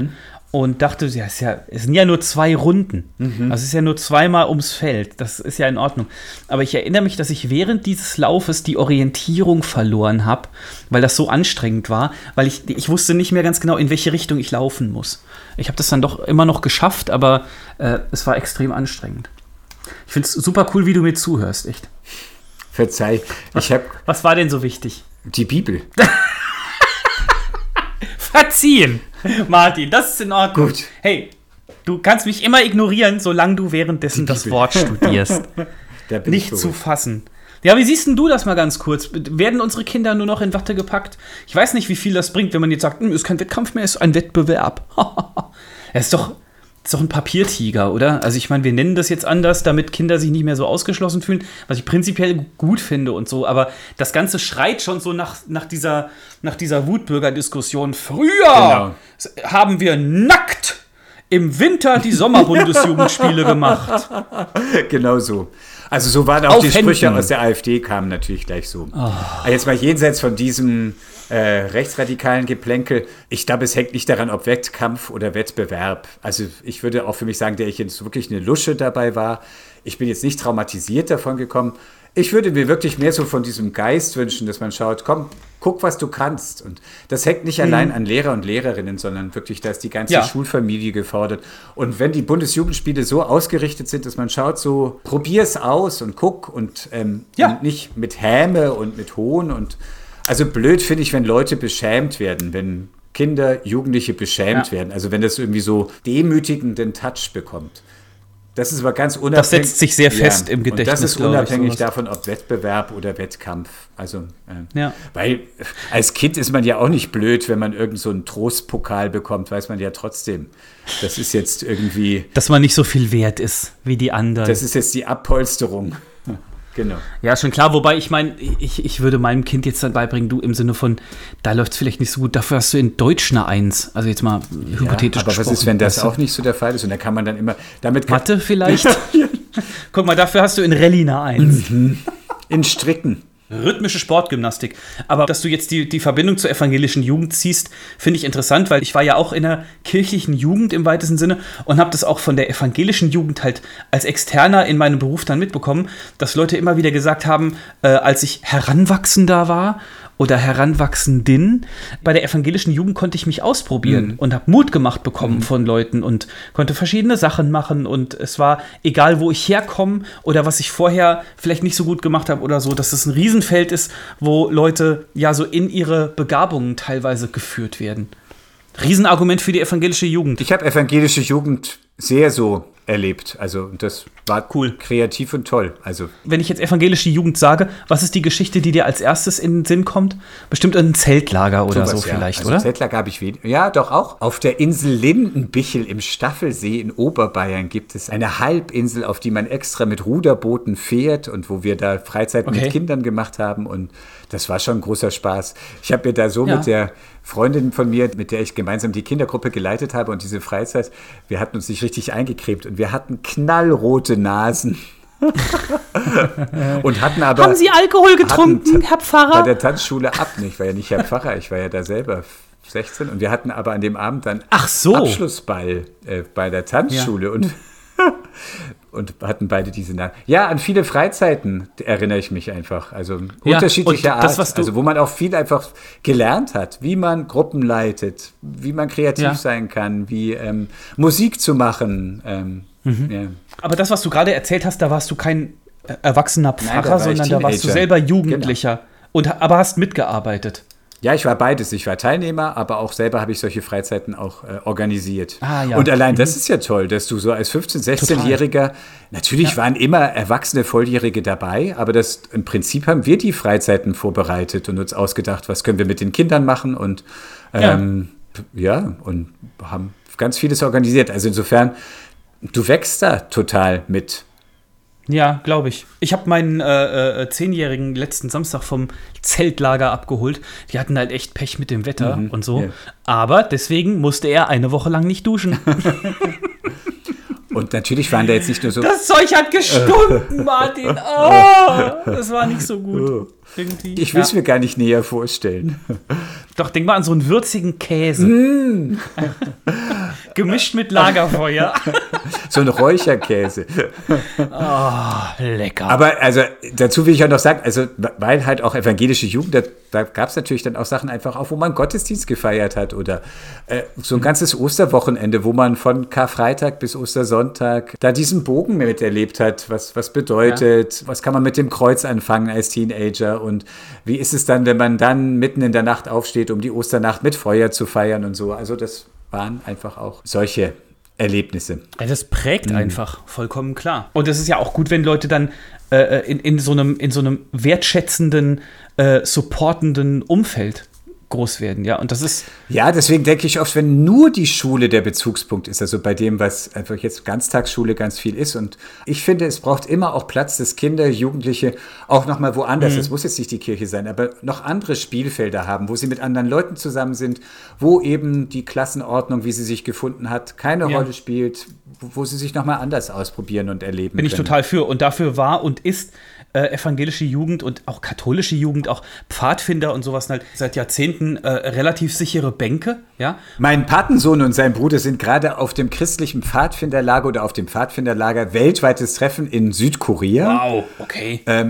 und dachte, ja, es, ist ja, es sind ja nur zwei Runden. Mhm. Also es ist ja nur zweimal ums Feld. Das ist ja in Ordnung. Aber ich erinnere mich, dass ich während dieses Laufes die Orientierung verloren habe, weil das so anstrengend war, weil ich, ich wusste nicht mehr ganz genau, in welche Richtung ich laufen muss. Ich habe das dann doch immer noch geschafft, aber äh, es war extrem anstrengend. Ich finde es super cool, wie du mir zuhörst, echt. Verzeih, ich habe... Was war denn so wichtig? Die Bibel. Verziehen, Martin, das ist in Ordnung. Gut. Hey, du kannst mich immer ignorieren, solange du währenddessen das Wort studierst. Da bin Nicht zu fassen. Ja, wie siehst denn du das mal ganz kurz? Werden unsere Kinder nur noch in Watte gepackt? Ich weiß nicht, wie viel das bringt, wenn man jetzt sagt, ist kein Wettkampf mehr, ist ein Wettbewerb. Es ist doch, ist doch ein Papiertiger, oder? Also ich meine, wir nennen das jetzt anders, damit Kinder sich nicht mehr so ausgeschlossen fühlen, was ich prinzipiell gut finde und so. Aber das Ganze schreit schon so nach, nach dieser, nach dieser Wutbürgerdiskussion. Früher genau. haben wir nackt im Winter die Sommerbundesjugendspiele gemacht. Genau so. Also so waren auch Auf die Sprüche Händen. Aus der AfD, kamen natürlich gleich so. Oh. Jetzt mal jenseits von diesem äh, rechtsradikalen Geplänkel. Ich glaube, es hängt nicht daran, ob Wettkampf oder Wettbewerb. Also ich würde auch für mich sagen, der ich jetzt wirklich eine Lusche dabei war. Ich bin jetzt nicht traumatisiert davon gekommen. Ich würde mir wirklich mehr so von diesem Geist wünschen, dass man schaut, komm, guck, was du kannst. Und das hängt nicht mhm. allein an Lehrer und Lehrerinnen, sondern wirklich, da ist die ganze ja. Schulfamilie gefordert. Und wenn die Bundesjugendspiele so ausgerichtet sind, dass man schaut, so probier's aus und guck und, ähm, ja. und nicht mit Häme und mit Hohn. Und also blöd finde ich, wenn Leute beschämt werden, wenn Kinder, Jugendliche beschämt ja. werden. Also wenn das irgendwie so demütigenden Touch bekommt. Das ist aber ganz unabhängig. Das setzt sich sehr fest ja. im Gedächtnis. Und das ist unabhängig ich, davon, ob Wettbewerb oder Wettkampf. Also, äh, ja. weil als Kind ist man ja auch nicht blöd, wenn man irgend so einen Trostpokal bekommt, weiß man ja trotzdem. Das ist jetzt irgendwie. Dass man nicht so viel wert ist wie die anderen. Das ist jetzt die Abpolsterung. Genau. Ja, schon klar, wobei ich meine, ich, ich würde meinem Kind jetzt dann beibringen, du im Sinne von, da läuft es vielleicht nicht so gut, dafür hast du in Deutsch eine Eins. Also jetzt mal ja, hypothetisch aber gesprochen. Was ist, wenn das auch nicht so der Fall ist? Und da kann man dann immer, damit Mathe vielleicht? Guck mal, dafür hast du in Rallye eine Eins. Mhm. In Stricken. Rhythmische Sportgymnastik. Aber dass du jetzt die, die Verbindung zur evangelischen Jugend ziehst, finde ich interessant, weil ich war ja auch in der kirchlichen Jugend im weitesten Sinne und habe das auch von der evangelischen Jugend halt als Externer in meinem Beruf dann mitbekommen, dass Leute immer wieder gesagt haben, äh, als ich Heranwachsender war oder Heranwachsendin, bei der evangelischen Jugend konnte ich mich ausprobieren mhm. und habe Mut gemacht bekommen mhm. von Leuten und konnte verschiedene Sachen machen und es war egal, wo ich herkomme oder was ich vorher vielleicht nicht so gut gemacht habe oder so, dass es ein Riesenfeld ist, wo Leute ja so in ihre Begabungen teilweise geführt werden. Riesenargument für die evangelische Jugend. Ich habe evangelische Jugend sehr so erlebt. Also das war cool, kreativ und toll. Also wenn ich jetzt evangelische Jugend sage, was ist die Geschichte, die dir als erstes in den Sinn kommt? Bestimmt ein Zeltlager oder so, was, so vielleicht, ja. also oder? Zeltlager habe ich wenig. Ja, doch auch. Auf der Insel Lindenbichel im Staffelsee in Oberbayern gibt es eine Halbinsel, auf die man extra mit Ruderbooten fährt und wo wir da Freizeit okay. mit Kindern gemacht haben und das war schon ein großer Spaß. Ich habe mir da so ja. mit der Freundin von mir, mit der ich gemeinsam die Kindergruppe geleitet habe und diese Freizeit, wir hatten uns nicht richtig eingecremt und wir hatten knallrote Nasen. und hatten aber... Haben Sie Alkohol getrunken, Herr Pfarrer? Bei der Tanzschule ab. Ich war ja nicht Herr Pfarrer, ich war ja da selber sechzehn und wir hatten aber an dem Abend dann Ach so. Abschlussball äh, bei der Tanzschule ja. und und hatten beide diese Namen. Ja, an viele Freizeiten erinnere ich mich einfach. Also ja, unterschiedlicher Art. Das, also wo man auch viel einfach gelernt hat, wie man Gruppen leitet, wie man kreativ ja. sein kann, wie ähm, Musik zu machen. Ähm, mhm. ja. Aber das, was du gerade erzählt hast, da warst du kein äh, erwachsener Pfarrer, Nein, da sondern da warst du selber Jugendlicher. Genau. Und, aber hast mitgearbeitet. Ja, ich war beides. Ich war Teilnehmer, aber auch selber habe ich solche Freizeiten auch äh, organisiert. Ah, ja. Und allein mhm. das ist ja toll, dass du so als fünfzehn-, sechzehnjähriger, natürlich ja. waren immer erwachsene Volljährige dabei, aber das, im Prinzip haben wir die Freizeiten vorbereitet und uns ausgedacht, was können wir mit den Kindern machen und ähm, ja. ja, und haben ganz vieles organisiert. Also insofern, du wächst da total mit. Ja, glaube ich. Ich habe meinen äh, äh, Zehnjährigen letzten Samstag vom Zeltlager abgeholt. Die hatten halt echt Pech mit dem Wetter mhm, und so. Yeah. Aber deswegen musste er eine Woche lang nicht duschen. Und natürlich waren da jetzt nicht nur so... Das Zeug hat gestunken, Martin. Oh, das war nicht so gut. Irgendwie. Ich will es ja. mir gar nicht näher vorstellen. Doch, denk mal an so einen würzigen Käse. Mm. Gemischt mit Lagerfeuer. So ein Räucherkäse. Oh, lecker. Aber also dazu will ich auch noch sagen, also weil halt auch evangelische Jugend, da, da gab es natürlich dann auch Sachen einfach auch, wo man Gottesdienst gefeiert hat oder äh, so ein ganzes Osterwochenende, wo man von Karfreitag bis Ostersonntag da diesen Bogen miterlebt hat, was, was bedeutet, ja. was kann man mit dem Kreuz anfangen als Teenager und wie ist es dann, wenn man dann mitten in der Nacht aufsteht, um die Osternacht mit Feuer zu feiern und so. Also das waren einfach auch solche Erlebnisse. Ja, das prägt mhm. einfach, vollkommen klar. Und es ist ja auch gut, wenn Leute dann äh, in, in, so einem, in so einem wertschätzenden, äh, supportenden Umfeld groß werden, ja, und das ist... Ja, deswegen denke ich oft, wenn nur die Schule der Bezugspunkt ist, also bei dem, was einfach jetzt Ganztagsschule ganz viel ist und ich finde, es braucht immer auch Platz, dass Kinder, Jugendliche auch nochmal woanders, mhm. das muss jetzt nicht die Kirche sein, aber noch andere Spielfelder haben, wo sie mit anderen Leuten zusammen sind, wo eben die Klassenordnung, wie sie sich gefunden hat, keine ja. Rolle spielt, wo, wo sie sich nochmal anders ausprobieren und erleben Bin können. ich total für und dafür war und ist Äh, evangelische Jugend und auch katholische Jugend, auch Pfadfinder und sowas halt seit Jahrzehnten äh, relativ sichere Bänke, ja. Mein Patensohn und sein Bruder sind gerade auf dem christlichen Pfadfinderlager oder auf dem Pfadfinderlager weltweites Treffen in Südkorea. Wow, okay. Ähm,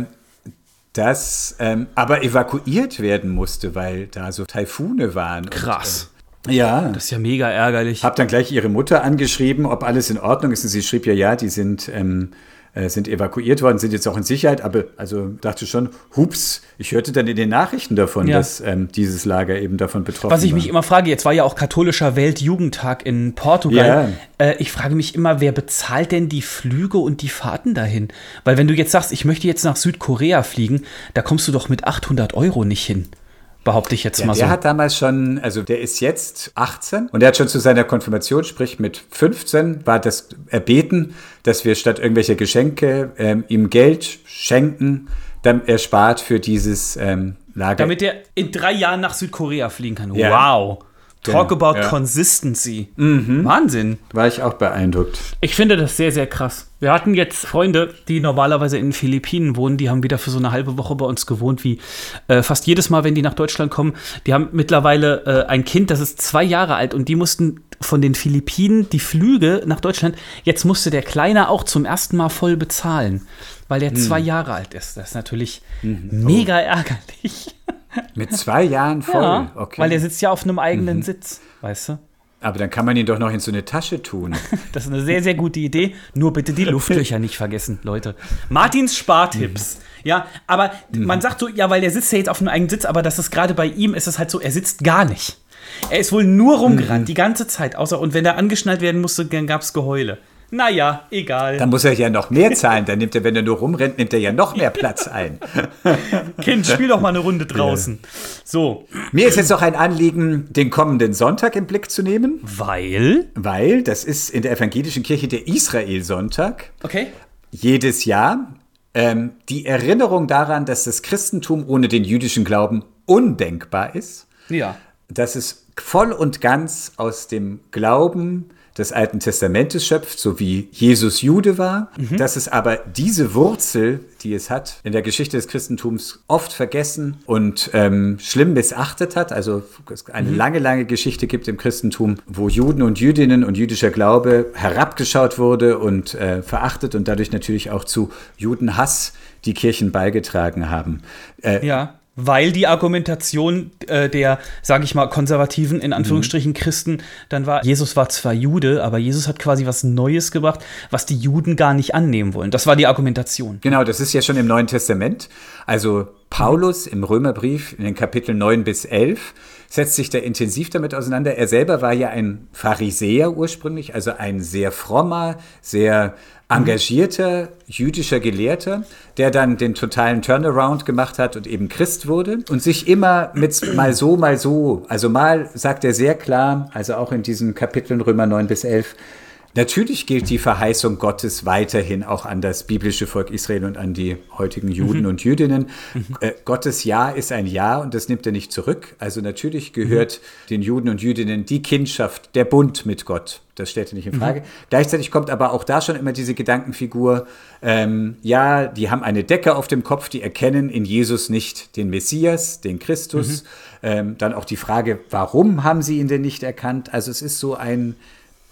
das ähm, aber evakuiert werden musste, weil da so Taifune waren. Krass. Und, äh, ja. Das ist ja mega ärgerlich. Hab dann gleich ihre Mutter angeschrieben, ob alles in Ordnung ist. Und sie schrieb ja, ja, die sind... Ähm, sind evakuiert worden, sind jetzt auch in Sicherheit, aber also dachte schon, hups, ich hörte dann in den Nachrichten davon, ja. dass ähm, dieses Lager eben davon betroffen war. Was ich war. mich immer frage, jetzt war ja auch katholischer Weltjugendtag in Portugal, ja. äh, ich frage mich immer, wer bezahlt denn die Flüge und die Fahrten dahin? Weil wenn du jetzt sagst, ich möchte jetzt nach Südkorea fliegen, da kommst du doch mit achthundert Euro nicht hin. Behaupte ich jetzt ja, mal so. Der hat damals schon, also der ist jetzt achtzehn und der hat schon zu seiner Konfirmation, sprich mit fünfzehn, war das erbeten, dass wir statt irgendwelcher Geschenke ähm, ihm Geld schenken, dann er spart für dieses ähm, Lager. Damit er in drei Jahren nach Südkorea fliegen kann. Ja. Wow. Talk Genau, about ja. Consistency. Mhm. Wahnsinn. War ich auch beeindruckt. Ich finde das sehr, sehr krass. Wir hatten jetzt Freunde, die normalerweise in den Philippinen wohnen, die haben wieder für so eine halbe Woche bei uns gewohnt, wie äh, fast jedes Mal, wenn die nach Deutschland kommen. Die haben mittlerweile äh, ein Kind, das ist zwei Jahre alt und die mussten von den Philippinen die Flüge nach Deutschland, jetzt musste der Kleine auch zum ersten Mal voll bezahlen, weil der hm. zwei Jahre alt ist. Das ist natürlich mhm. mega oh. ärgerlich. Mit zwei Jahren voll? Ja, okay. Weil der sitzt ja auf einem eigenen mhm. Sitz, weißt du? Aber dann kann man ihn doch noch in so eine Tasche tun. Das ist eine sehr, sehr gute Idee. Nur bitte die Luftlöcher nicht vergessen, Leute. Martins Spartipps. Mhm. Ja, aber mhm. man sagt so, ja, weil der sitzt ja jetzt auf einem eigenen Sitz, aber das ist gerade bei ihm, ist es halt so, er sitzt gar nicht. Er ist wohl nur rumgerannt, mhm. die ganze Zeit. Außer, und wenn er angeschnallt werden musste, dann gab es Geheule. Naja, egal. Dann muss er ja noch mehr zahlen. Dann nimmt er, wenn er nur rumrennt, nimmt er ja noch mehr Platz ein. Kind, spiel doch mal eine Runde draußen. Ja. So. Mir ist jetzt noch ein Anliegen, den kommenden Sonntag im Blick zu nehmen. Weil? Weil, das ist in der evangelischen Kirche der Israel-Sonntag. Okay. Jedes Jahr. Ähm, die Erinnerung daran, dass das Christentum ohne den jüdischen Glauben undenkbar ist. Ja. Dass es voll und ganz aus dem Glauben des Alten Testamentes schöpft, so wie Jesus Jude war, mhm. dass es aber diese Wurzel, die es hat, in der Geschichte des Christentums oft vergessen und ähm, schlimm missachtet hat. Also es eine mhm. lange, lange Geschichte gibt im Christentum, wo Juden und Jüdinnen und jüdischer Glaube herabgeschaut wurde und äh, verachtet und dadurch natürlich auch zu Judenhass die Kirchen beigetragen haben. Äh, ja. Weil die Argumentation äh, der, sage ich mal, konservativen, in Anführungsstrichen, Christen, dann war, Jesus war zwar Jude, aber Jesus hat quasi was Neues gebracht, was die Juden gar nicht annehmen wollen. Das war die Argumentation. Genau, das ist ja schon im Neuen Testament. Also Paulus im Römerbrief in den Kapiteln neun bis elf setzt sich da intensiv damit auseinander. Er selber war ja ein Pharisäer ursprünglich, also ein sehr frommer, sehr engagierter jüdischer Gelehrter, der dann den totalen Turnaround gemacht hat und eben Christ wurde und sich immer mit mal so, mal so, also mal sagt er sehr klar, also auch in diesen Kapiteln Römer neun bis elf, natürlich gilt die Verheißung Gottes weiterhin auch an das biblische Volk Israel und an die heutigen Juden mhm. und Jüdinnen. Mhm. Äh, Gottes Ja ist ein Ja und das nimmt er nicht zurück. Also natürlich gehört mhm. den Juden und Jüdinnen die Kindschaft, der Bund mit Gott. Das stellt er nicht in Frage. Mhm. Gleichzeitig kommt aber auch da schon immer diese Gedankenfigur, ähm, ja, die haben eine Decke auf dem Kopf, die erkennen in Jesus nicht den Messias, den Christus. Mhm. Ähm, dann auch die Frage, warum haben sie ihn denn nicht erkannt? Also es ist so ein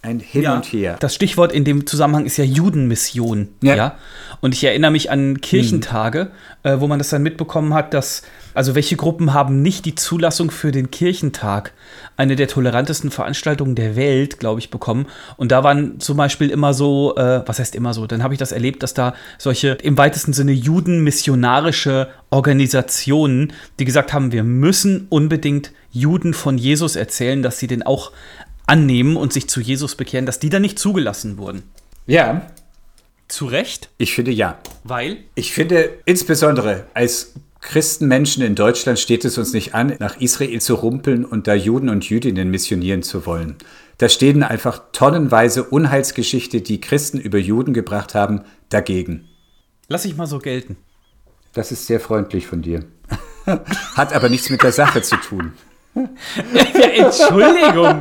Ein Hin ja, und Her. Das Stichwort in dem Zusammenhang ist ja Judenmission. Ja. ja? Und ich erinnere mich an Kirchentage, hm. äh, wo man das dann mitbekommen hat, dass, also welche Gruppen haben nicht die Zulassung für den Kirchentag, eine der tolerantesten Veranstaltungen der Welt, glaube ich, bekommen. Und da waren zum Beispiel immer so, äh, was heißt immer so, dann habe ich das erlebt, dass da solche im weitesten Sinne judenmissionarische Organisationen, die gesagt haben, wir müssen unbedingt Juden von Jesus erzählen, dass sie den auch annehmen und sich zu Jesus bekehren, dass die dann nicht zugelassen wurden. Ja. Zu Recht? Ich finde ja. Weil? Ich finde insbesondere als Christenmenschen in Deutschland steht es uns nicht an, nach Israel zu rumpeln und da Juden und Jüdinnen missionieren zu wollen. Da stehen einfach tonnenweise Unheilsgeschichte, die Christen über Juden gebracht haben, dagegen. Lass ich mal so gelten. Das ist sehr freundlich von dir. Hat aber nichts mit der Sache zu tun. Ja, Entschuldigung.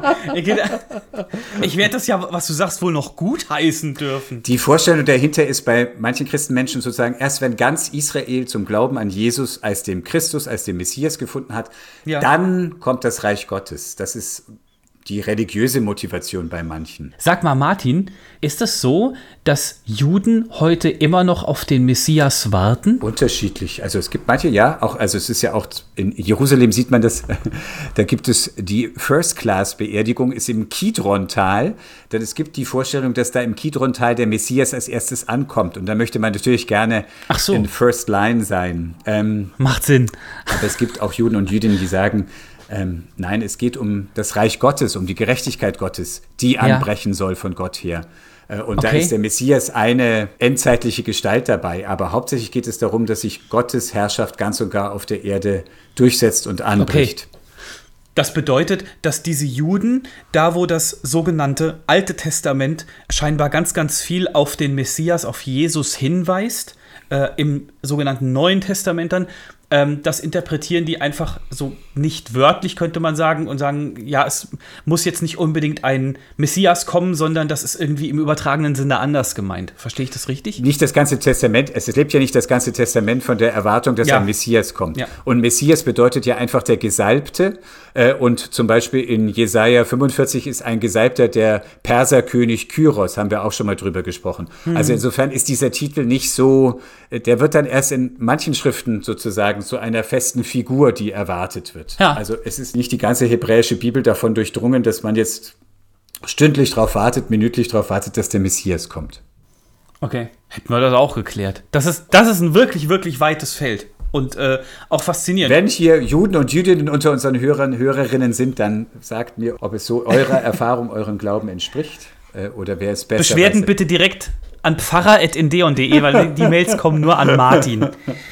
Ich werde das ja, was du sagst, wohl noch gut heißen dürfen. Die Vorstellung dahinter ist bei manchen Christenmenschen sozusagen, erst wenn ganz Israel zum Glauben an Jesus als dem Christus, als dem Messias gefunden hat, ja. dann kommt das Reich Gottes. Das ist die religiöse Motivation bei manchen. Sag mal, Martin, ist es so, dass Juden heute immer noch auf den Messias warten? Unterschiedlich. Also es gibt manche, ja, auch, also es ist ja auch, in Jerusalem sieht man das, da gibt es die First-Class-Beerdigung, ist im Kidron-Tal, denn es gibt die Vorstellung, dass da im Kidron-Tal der Messias als erstes ankommt und da möchte man natürlich gerne Ach so. in First Line sein. Ähm, Macht Sinn. Aber es gibt auch Juden und Jüdinnen, die sagen, Ähm, nein, es geht um das Reich Gottes, um die Gerechtigkeit Gottes, die anbrechen ja. soll von Gott her. Äh, und okay. da ist der Messias eine endzeitliche Gestalt dabei. Aber hauptsächlich geht es darum, dass sich Gottes Herrschaft ganz und gar auf der Erde durchsetzt und anbricht. Okay. Das bedeutet, dass diese Juden, da wo das sogenannte Alte Testament scheinbar ganz, ganz viel auf den Messias, auf Jesus hinweist, äh, im sogenannten Neuen Testament dann, ähm, das interpretieren die einfach so nicht wörtlich, könnte man sagen, und sagen, ja, es muss jetzt nicht unbedingt ein Messias kommen, sondern das ist irgendwie im übertragenen Sinne anders gemeint. Verstehe ich das richtig? Nicht das ganze Testament, es lebt ja nicht das ganze Testament von der Erwartung, dass ja. ein Messias kommt. Ja. Und Messias bedeutet ja einfach der Gesalbte. Äh, und zum Beispiel in Jesaja fünfundvierzig ist ein Gesalbter der Perserkönig Kyros, haben wir auch schon mal drüber gesprochen. Mhm. Also insofern ist dieser Titel nicht so, der wird dann erst in manchen Schriften sozusagen zu einer festen Figur, die erwartet wird. Ja. Also es ist nicht die ganze hebräische Bibel davon durchdrungen, dass man jetzt stündlich darauf wartet, minütlich darauf wartet, dass der Messias kommt. Okay, hätten wir das auch geklärt. Das ist, das ist ein wirklich, wirklich weites Feld und äh, auch faszinierend. Wenn hier Juden und Jüdinnen unter unseren Hörern, Hörerinnen sind, dann sagt mir, ob es so eurer Erfahrung, eurem Glauben entspricht äh, oder wer es besser weiß. Beschwerden bitte direkt an pfarrer at endeon punkt de, weil die Mails kommen nur an Martin,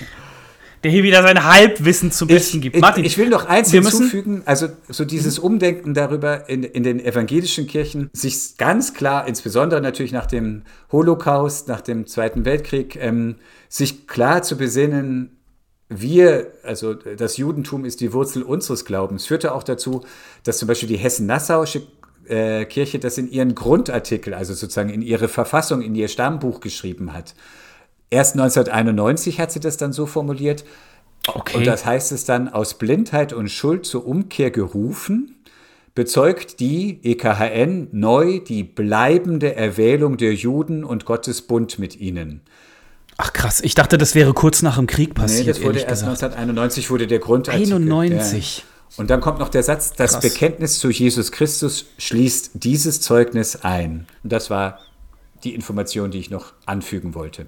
der hier wieder sein Halbwissen zum Besten gibt. Martin, ich, ich will noch eins hinzufügen, also so dieses Umdenken darüber in, in den evangelischen Kirchen, sich ganz klar, insbesondere natürlich nach dem Holocaust, nach dem Zweiten Weltkrieg, ähm, sich klar zu besinnen, wir, also das Judentum ist die Wurzel unseres Glaubens, führte auch dazu, dass zum Beispiel die Hessen-Nassauische äh, Kirche das in ihren Grundartikel, also sozusagen in ihre Verfassung, in ihr Stammbuch geschrieben hat. Erst neunzehnhunderteinundneunzig hat sie das dann so formuliert. Okay. Und das heißt es dann, aus Blindheit und Schuld zur Umkehr gerufen, bezeugt die E K H N neu die bleibende Erwählung der Juden und Gottes Bund mit ihnen. Ach krass, ich dachte, das wäre kurz nach dem Krieg passiert. Nee, das wurde erst gesagt. neunzehnhunderteinundneunzig wurde der Grundartikel. einundneunzig. Ja. Und dann kommt noch der Satz, das krass. Bekenntnis zu Jesus Christus schließt dieses Zeugnis ein. Und das war die Information, die ich noch anfügen wollte.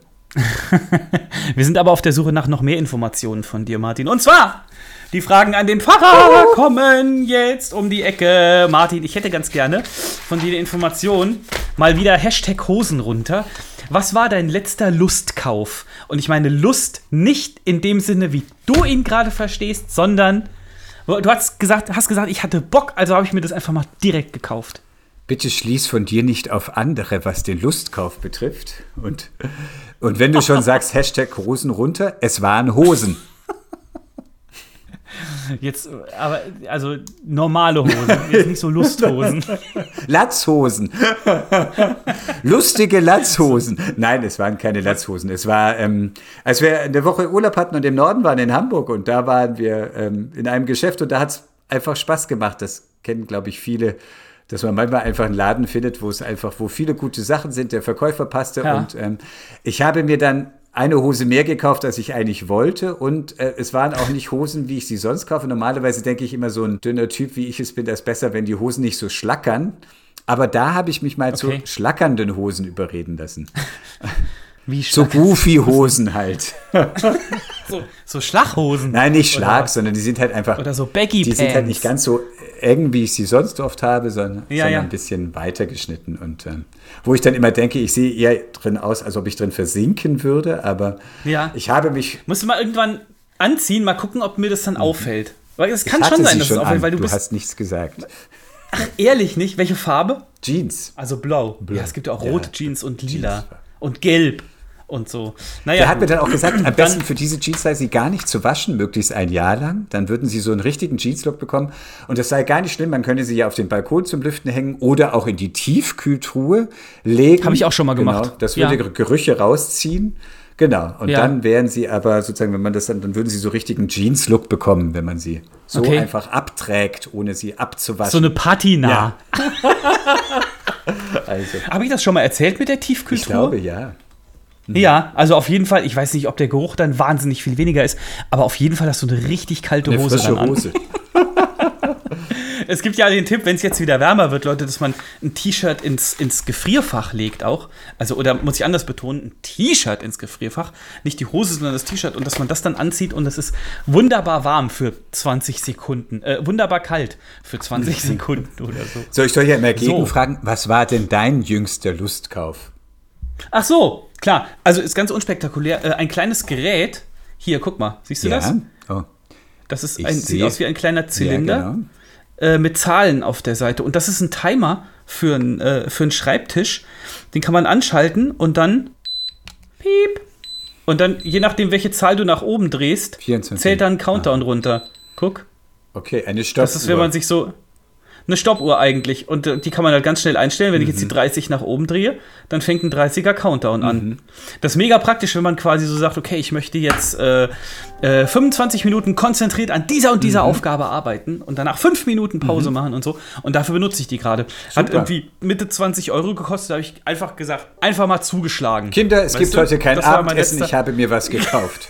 Wir sind aber auf der Suche nach noch mehr Informationen von dir, Martin. Und zwar, die Fragen an den Pfarrer kommen jetzt um die Ecke. Martin, ich hätte ganz gerne von dir die Information, mal wieder Hashtag Hosen runter. Was war dein letzter Lustkauf? Und ich meine Lust nicht in dem Sinne, wie du ihn gerade verstehst, sondern du hast gesagt, hast gesagt, ich hatte Bock, also habe ich mir das einfach mal direkt gekauft. Bitte schließ von dir nicht auf andere, was den Lustkauf betrifft. Und, und wenn du schon sagst, Hashtag Hosen runter, es waren Hosen. Jetzt, aber, also normale Hosen, jetzt nicht so Lusthosen. Latzhosen. Lustige Latzhosen. Nein, es waren keine Latzhosen. Es war, ähm, als wir eine Woche Urlaub hatten und im Norden waren, in Hamburg, und da waren wir ähm, in einem Geschäft und da hat es einfach Spaß gemacht. Das kennen, glaube ich, viele Dass man manchmal einfach einen Laden findet, wo es einfach, wo viele gute Sachen sind, der Verkäufer passte. Ja. Und ähm, ich habe mir dann eine Hose mehr gekauft, als ich eigentlich wollte. Und äh, es waren auch nicht Hosen, wie ich sie sonst kaufe. Normalerweise denke ich immer, so ein dünner Typ, wie ich es bin, das ist besser, wenn die Hosen nicht so schlackern. Aber da habe ich mich mal okay. zu schlackernden Hosen überreden lassen. Wie so Goofy-Hosen halt. so, so Schlaghosen? Nein, nicht Schlag, oder, sondern die sind halt einfach... Oder so Baggy-Pants. Die sind halt nicht ganz so eng, wie ich sie sonst oft habe, sondern, ja, sondern ja. ein bisschen weiter geschnitten. Und ähm, wo ich dann immer denke, ich sehe eher drin aus, als ob ich drin versinken würde, aber ja. ich habe mich... Musst du mal irgendwann anziehen, mal gucken, ob mir das dann mhm. auffällt. Weil es kann schon sein, dass es auffällt, weil du du bist... hast nichts gesagt. Ach, ehrlich nicht? Welche Farbe? Jeans. Also blau. blau. Ja, es gibt ja auch rote ja. Jeans und lila. Jeans. Und gelb. Und so. Naja, der hat mir dann auch gesagt, am besten für diese Jeans sei sie gar nicht zu waschen, möglichst ein Jahr lang. Dann würden sie so einen richtigen Jeans-Look bekommen. Und das sei gar nicht schlimm, man könnte sie ja auf den Balkon zum Lüften hängen oder auch in die Tiefkühltruhe legen. Habe ich auch schon mal gemacht. Genau, das würde ja. Gerüche rausziehen. Genau. Und ja. dann wären sie aber sozusagen, wenn man das dann, dann würden sie so richtigen Jeans-Look bekommen, wenn man sie so okay. einfach abträgt, ohne sie abzuwaschen. So eine Patina. Ja. also. Habe ich das schon mal erzählt mit der Tiefkühltruhe? Ich glaube, ja. Mhm. Ja, also auf jeden Fall, ich weiß nicht, ob der Geruch dann wahnsinnig viel weniger ist, aber auf jeden Fall hast du eine richtig kalte eine Hose frische dann Hose. Es gibt ja den Tipp, wenn es jetzt wieder wärmer wird, Leute, dass man ein T-Shirt ins, ins Gefrierfach legt auch. Also, oder muss ich anders betonen, ein T-Shirt ins Gefrierfach. Nicht die Hose, sondern das T-Shirt. Und dass man das dann anzieht und es ist wunderbar warm für zwanzig Sekunden. Äh, wunderbar kalt für zwanzig Sekunden oder so. So, ich soll ja immer gegenfragen, so. Was war denn dein jüngster Lustkauf? Ach so, klar. Also ist ganz unspektakulär. Äh, ein kleines Gerät. Hier, guck mal. Siehst du ja. das? Oh. Das ist ein, sieht aus wie ein kleiner Zylinder. Ja, genau. äh, mit Zahlen auf der Seite. Und das ist ein Timer für, ein, äh, für einen Schreibtisch. Den kann man anschalten und dann piep. Und dann, je nachdem, welche Zahl du nach oben drehst, vierundzwanzig zählt dann ein Countdown ah. runter. Guck. Okay, eine Stoppuhr. Das ist, wenn man sich so... Eine Stoppuhr eigentlich. Und äh, die kann man halt ganz schnell einstellen. Wenn mhm. ich jetzt die dreißig nach oben drehe, dann fängt ein dreißiger Countdown an. Mhm. Das ist mega praktisch, wenn man quasi so sagt, okay, ich möchte jetzt äh, äh, fünfundzwanzig Minuten konzentriert an dieser und dieser mhm. Aufgabe arbeiten und danach fünf Minuten Pause mhm. machen und so. Und dafür benutze ich die gerade. Hat irgendwie Mitte zwanzig Euro gekostet, da habe ich einfach gesagt, einfach mal zugeschlagen. Kinder, es weißt gibt du? heute kein Abendessen, ich habe mir was gekauft.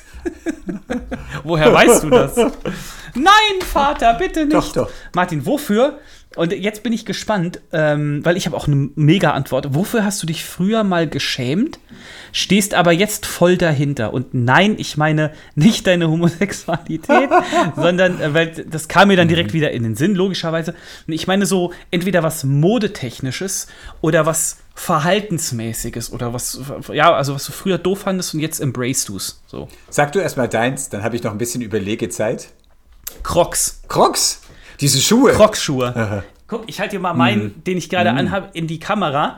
Woher weißt du das? Nein, Vater, bitte nicht. Doch, doch. Martin, wofür? Und jetzt bin ich gespannt, ähm, weil ich habe auch eine mega Antwort. Wofür hast du dich früher mal geschämt, stehst aber jetzt voll dahinter? Und nein, ich meine nicht deine Homosexualität, sondern, äh, weil das kam mir dann direkt wieder in den Sinn, logischerweise. Ich meine so entweder was Modetechnisches oder was Verhaltensmäßiges oder was, ja, also was du früher doof fandest und jetzt embracest du's. So. Sag du erst mal deins, dann habe ich noch ein bisschen Überlegezeit. Crocs. Crocs? Diese Schuhe? Crocs-Schuhe. Guck, ich halte dir mal meinen, mm. den ich gerade mm. anhabe, in die Kamera.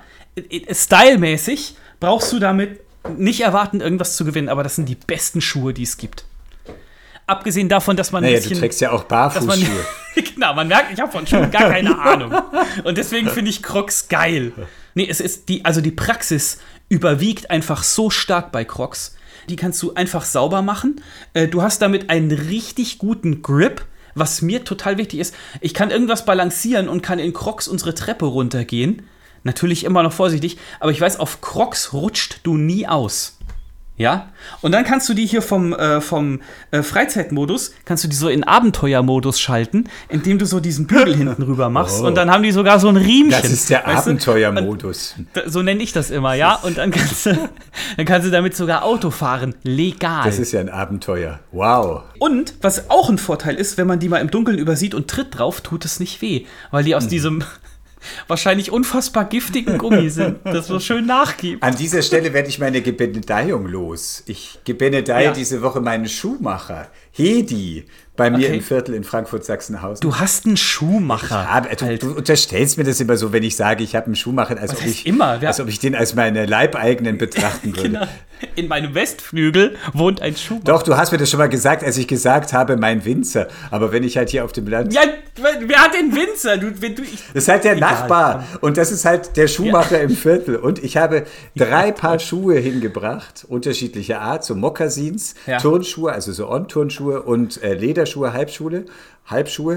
Stylmäßig brauchst du damit nicht erwarten, irgendwas zu gewinnen, aber das sind die besten Schuhe, die es gibt. Abgesehen davon, dass man naja, ein bisschen... du trägst ja auch Barfußschuhe. Genau, man merkt, ich habe von Schuhen gar keine Ahnung. Und deswegen finde ich Crocs geil. Nee, es ist die, also die Praxis überwiegt einfach so stark bei Crocs. Die kannst du einfach sauber machen. Du hast damit einen richtig guten Grip. Was mir total wichtig ist, ich kann irgendwas balancieren und kann in Crocs unsere Treppe runtergehen. Natürlich immer noch vorsichtig, aber ich weiß, auf Crocs rutscht du nie aus. Ja? Und dann kannst du die hier vom, äh, vom äh, Freizeitmodus, kannst du die so in Abenteuermodus schalten, indem du so diesen Bügel hinten rüber machst. Oh. Und dann haben die sogar so ein Riemchen. Das ist der Abenteuermodus. So nenne ich das immer, ja? Und dann kannst du, dann kannst du damit sogar Auto fahren. Legal. Das ist ja ein Abenteuer. Wow. Und was auch ein Vorteil ist, wenn man die mal im Dunkeln übersieht und tritt drauf, tut es nicht weh. Weil die aus hm. diesem wahrscheinlich unfassbar giftigen Gummi sind, das so schön nachgibt. An dieser Stelle werde ich meine Gebenedeiung los. Ich gebenedeihe ja. diese Woche meinen Schuhmacher, Hedi, bei mir okay. im Viertel in Frankfurt-Sachsenhausen. Du hast einen Schuhmacher. Ich habe, du, du unterstellst mir das immer so, wenn ich sage, ich habe einen Schuhmacher, als, ob ich, immer? als ob ich den als meine Leibeigenen betrachten würde. Genau. In meinem Westflügel wohnt ein Schuhmacher. Doch, du hast mir das schon mal gesagt, als ich gesagt habe, mein Winzer. Aber wenn ich halt hier auf dem Land... Ja, wer hat den Winzer? Du, wenn du, ich, das ist halt der egal. Nachbar. Und das ist halt der Schuhmacher ja. im Viertel. Und ich habe drei Paar Schuhe hingebracht, unterschiedlicher Art, so Mokassins, ja. Turnschuhe, also so On-Turnschuhe und äh, Lederschuhe, Halbschuhe, Halbschuhe.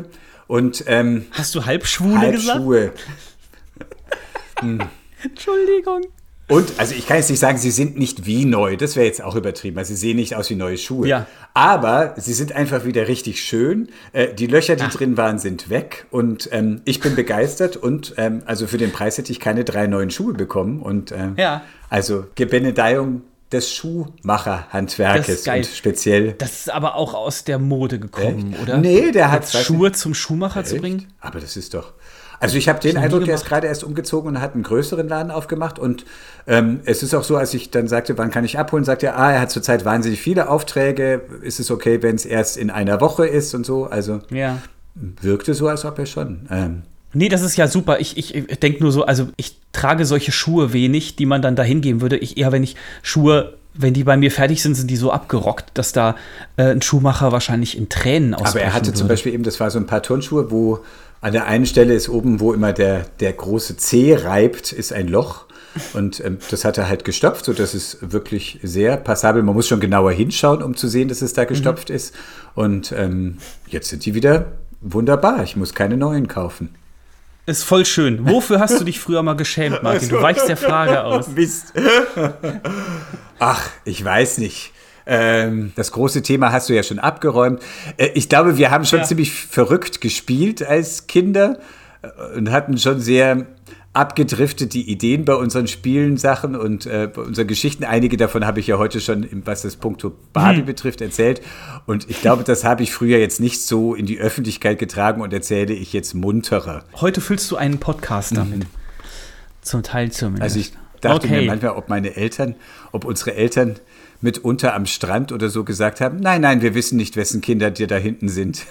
Und, ähm, hast du Halbschwule Halbschuhe. gesagt? hm. Entschuldigung. Und, also ich kann jetzt nicht sagen, sie sind nicht wie neu, das wäre jetzt auch übertrieben, also sie sehen nicht aus wie neue Schuhe. Ja. Aber sie sind einfach wieder richtig schön. Äh, die Löcher, die Ach. drin waren, sind weg und ähm, ich bin begeistert und ähm, also für den Preis hätte ich keine drei neuen Schuhe bekommen. Und ähm, ja. also Gebenedeiung des Schuhmacherhandwerkes und speziell. Das ist aber auch aus der Mode gekommen, Echt? oder? Nee, der hat Schuhe zum Schuhmacher Echt? zu bringen. Aber das ist doch... Also ich habe den Eindruck, der ist gerade erst umgezogen und hat einen größeren Laden aufgemacht. Und ähm, es ist auch so, als ich dann sagte, wann kann ich abholen, sagt er, ah, er hat zurzeit wahnsinnig viele Aufträge. Ist es okay, wenn es erst in einer Woche ist und so? Also ja. wirkte so, als ob er schon... Ähm, Nee, das ist ja super. Ich, ich, ich denke nur so, also ich trage solche Schuhe wenig, die man dann dahin geben würde. Ich eher, wenn ich Schuhe, wenn die bei mir fertig sind, sind die so abgerockt, dass da äh, ein Schuhmacher wahrscheinlich in Tränen ausbrechen würde. Aber er hatte zum Beispiel eben, das war so ein paar Turnschuhe, wo an der einen Stelle ist oben, wo immer der, der große Zeh reibt, ist ein Loch. Und ähm, das hat er halt gestopft, sodass es wirklich sehr passabel. Man muss schon genauer hinschauen, um zu sehen, dass es da gestopft mhm. ist. Und ähm, jetzt sind die wieder wunderbar. Ich muss keine neuen kaufen. Ist voll schön. Wofür hast du dich früher mal geschämt, Martin? Du weichst der Frage aus. Mist. Ach, ich weiß nicht. Ähm, das große Thema hast du ja schon abgeräumt. Äh, ich glaube, wir haben schon ja. ziemlich verrückt gespielt als Kinder und hatten schon sehr abgedriftete Ideen bei unseren Spielen, Sachen und äh, bei unseren Geschichten. Einige davon habe ich ja heute schon, was das Punkto Barbie hm. betrifft, erzählt. Und ich glaube, das habe ich früher jetzt nicht so in die Öffentlichkeit getragen und erzähle ich jetzt munterer. Heute füllst du einen Podcast damit. Mhm. Zum Teil zumindest. Also ich dachte okay. mir manchmal, ob meine Eltern, ob unsere Eltern mitunter am Strand oder so gesagt haben, nein, nein, wir wissen nicht, wessen Kinder dir da hinten sind.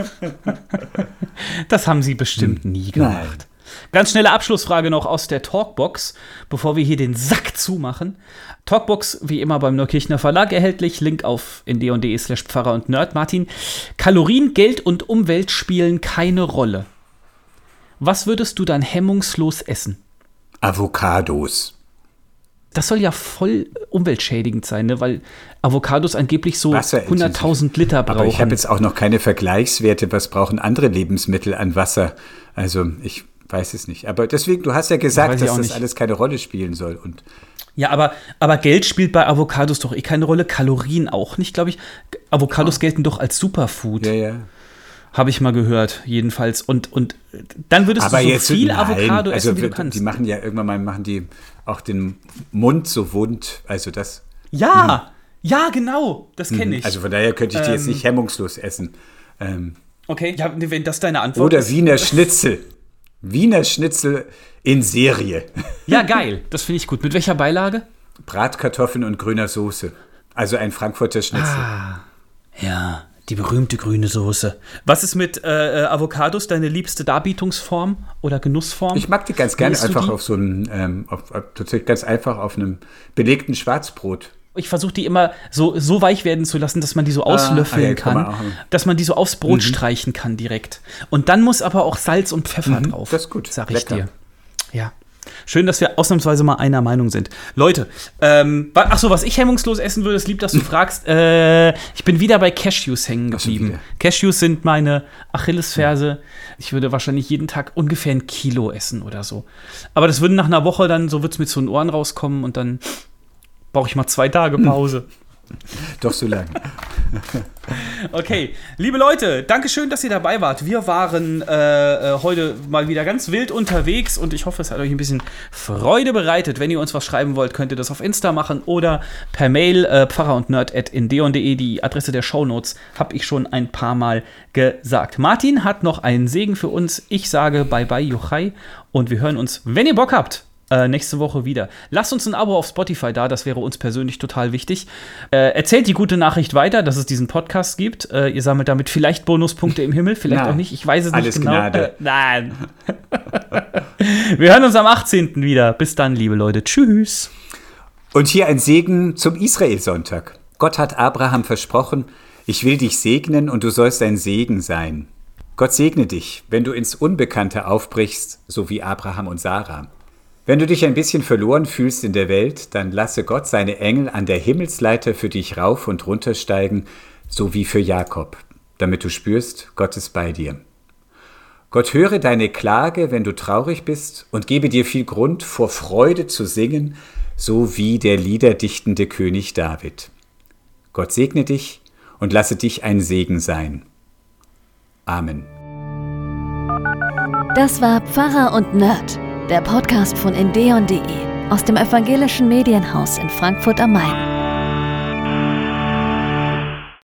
Das haben sie bestimmt hm. nie gemacht. Nein. Ganz schnelle Abschlussfrage noch aus der Talkbox, bevor wir hier den Sack zumachen. Talkbox, wie immer beim Neukirchner Verlag erhältlich. Link auf nd.de slash Pfarrer und Nerd. Martin, Kalorien, Geld und Umwelt spielen keine Rolle. Was würdest du dann hemmungslos essen? Avocados. Das soll ja voll umweltschädigend sein, ne? Weil Avocados angeblich so hunderttausend Liter brauchen. Aber ich habe jetzt auch noch keine Vergleichswerte. Was brauchen andere Lebensmittel an Wasser? Also ich weiß es nicht. Aber deswegen, du hast ja gesagt, dass das nicht. alles keine Rolle spielen soll. Und ja, aber, aber Geld spielt bei Avocados doch eh keine Rolle. Kalorien auch nicht, glaube ich. Avocados oh. gelten doch als Superfood. Ja, ja. Habe ich mal gehört, jedenfalls. Und, und dann würdest aber du so jetzt, viel nein. Avocado also, essen, wie du kannst. Die machen ja irgendwann mal machen die auch den Mund so wund. Also das. Ja, mh. ja, genau. Das kenne ich. Also von daher könnte ich die ähm, jetzt nicht hemmungslos essen. Ähm, okay, ja, wenn das deine Antwort oder ist. Oder Wiener Schnitzel. Wiener Schnitzel in Serie. Ja, geil. Das finde ich gut. Mit welcher Beilage? Bratkartoffeln und grüner Soße. Also ein Frankfurter Schnitzel. Ah, ja. Die berühmte grüne Soße. Was ist mit äh, Avocados deine liebste Darbietungsform oder Genussform? Ich mag die ganz gerne einfach auf so einem, ähm, auf, auf, tatsächlich ganz einfach auf einem belegten Schwarzbrot. Ich versuche die immer so, so weich werden zu lassen, dass man die so auslöffeln ah, ja, kann, kann dass man die so aufs Brot mhm. streichen kann direkt. Und dann muss aber auch Salz und Pfeffer mhm, drauf. Das ist gut. Sag ich Lecker. dir. Ja. Schön, dass wir ausnahmsweise mal einer Meinung sind. Leute, ähm, ach so, was ich hemmungslos essen würde, ist lieb, dass du fragst. Äh, ich bin wieder bei Cashews hängen geblieben. Cashews sind meine Achillesferse. Ich würde wahrscheinlich jeden Tag ungefähr ein Kilo essen oder so. Aber das würde nach einer Woche dann, so wird es mir zu den Ohren rauskommen und dann brauche ich mal zwei Tage Pause. Doch so lange. Okay, liebe Leute, danke schön, dass ihr dabei wart. Wir waren äh, heute mal wieder ganz wild unterwegs und ich hoffe, es hat euch ein bisschen Freude bereitet. Wenn ihr uns was schreiben wollt, könnt ihr das auf Insta machen oder per Mail äh, pfarrer und nerd at indeon punkt de. Die Adresse der Shownotes habe ich schon ein paar Mal gesagt. Martin hat noch einen Segen für uns. Ich sage bye bye, Juchai, und wir hören uns, wenn ihr Bock habt, Äh, nächste Woche wieder. Lasst uns ein Abo auf Spotify da, das wäre uns persönlich total wichtig. Äh, erzählt die gute Nachricht weiter, dass es diesen Podcast gibt. Äh, ihr sammelt damit vielleicht Bonuspunkte im Himmel, vielleicht nein, auch nicht. Ich weiß es nicht genau. Gnade. Äh, nein. Wir hören uns am achtzehnten wieder. Bis dann, liebe Leute. Tschüss. Und hier ein Segen zum Israel-Sonntag. Gott hat Abraham versprochen, ich will dich segnen und du sollst ein Segen sein. Gott segne dich, wenn du ins Unbekannte aufbrichst, so wie Abraham und Sarah. Wenn du dich ein bisschen verloren fühlst in der Welt, dann lasse Gott seine Engel an der Himmelsleiter für dich rauf und runter steigen, so wie für Jakob, damit du spürst, Gott ist bei dir. Gott höre deine Klage, wenn du traurig bist, und gebe dir viel Grund, vor Freude zu singen, so wie der liederdichtende König David. Gott segne dich und lasse dich ein Segen sein. Amen. Das war Pfarrer und Nerd, der Podcast von endeon punkt de aus dem evangelischen Medienhaus in Frankfurt am Main.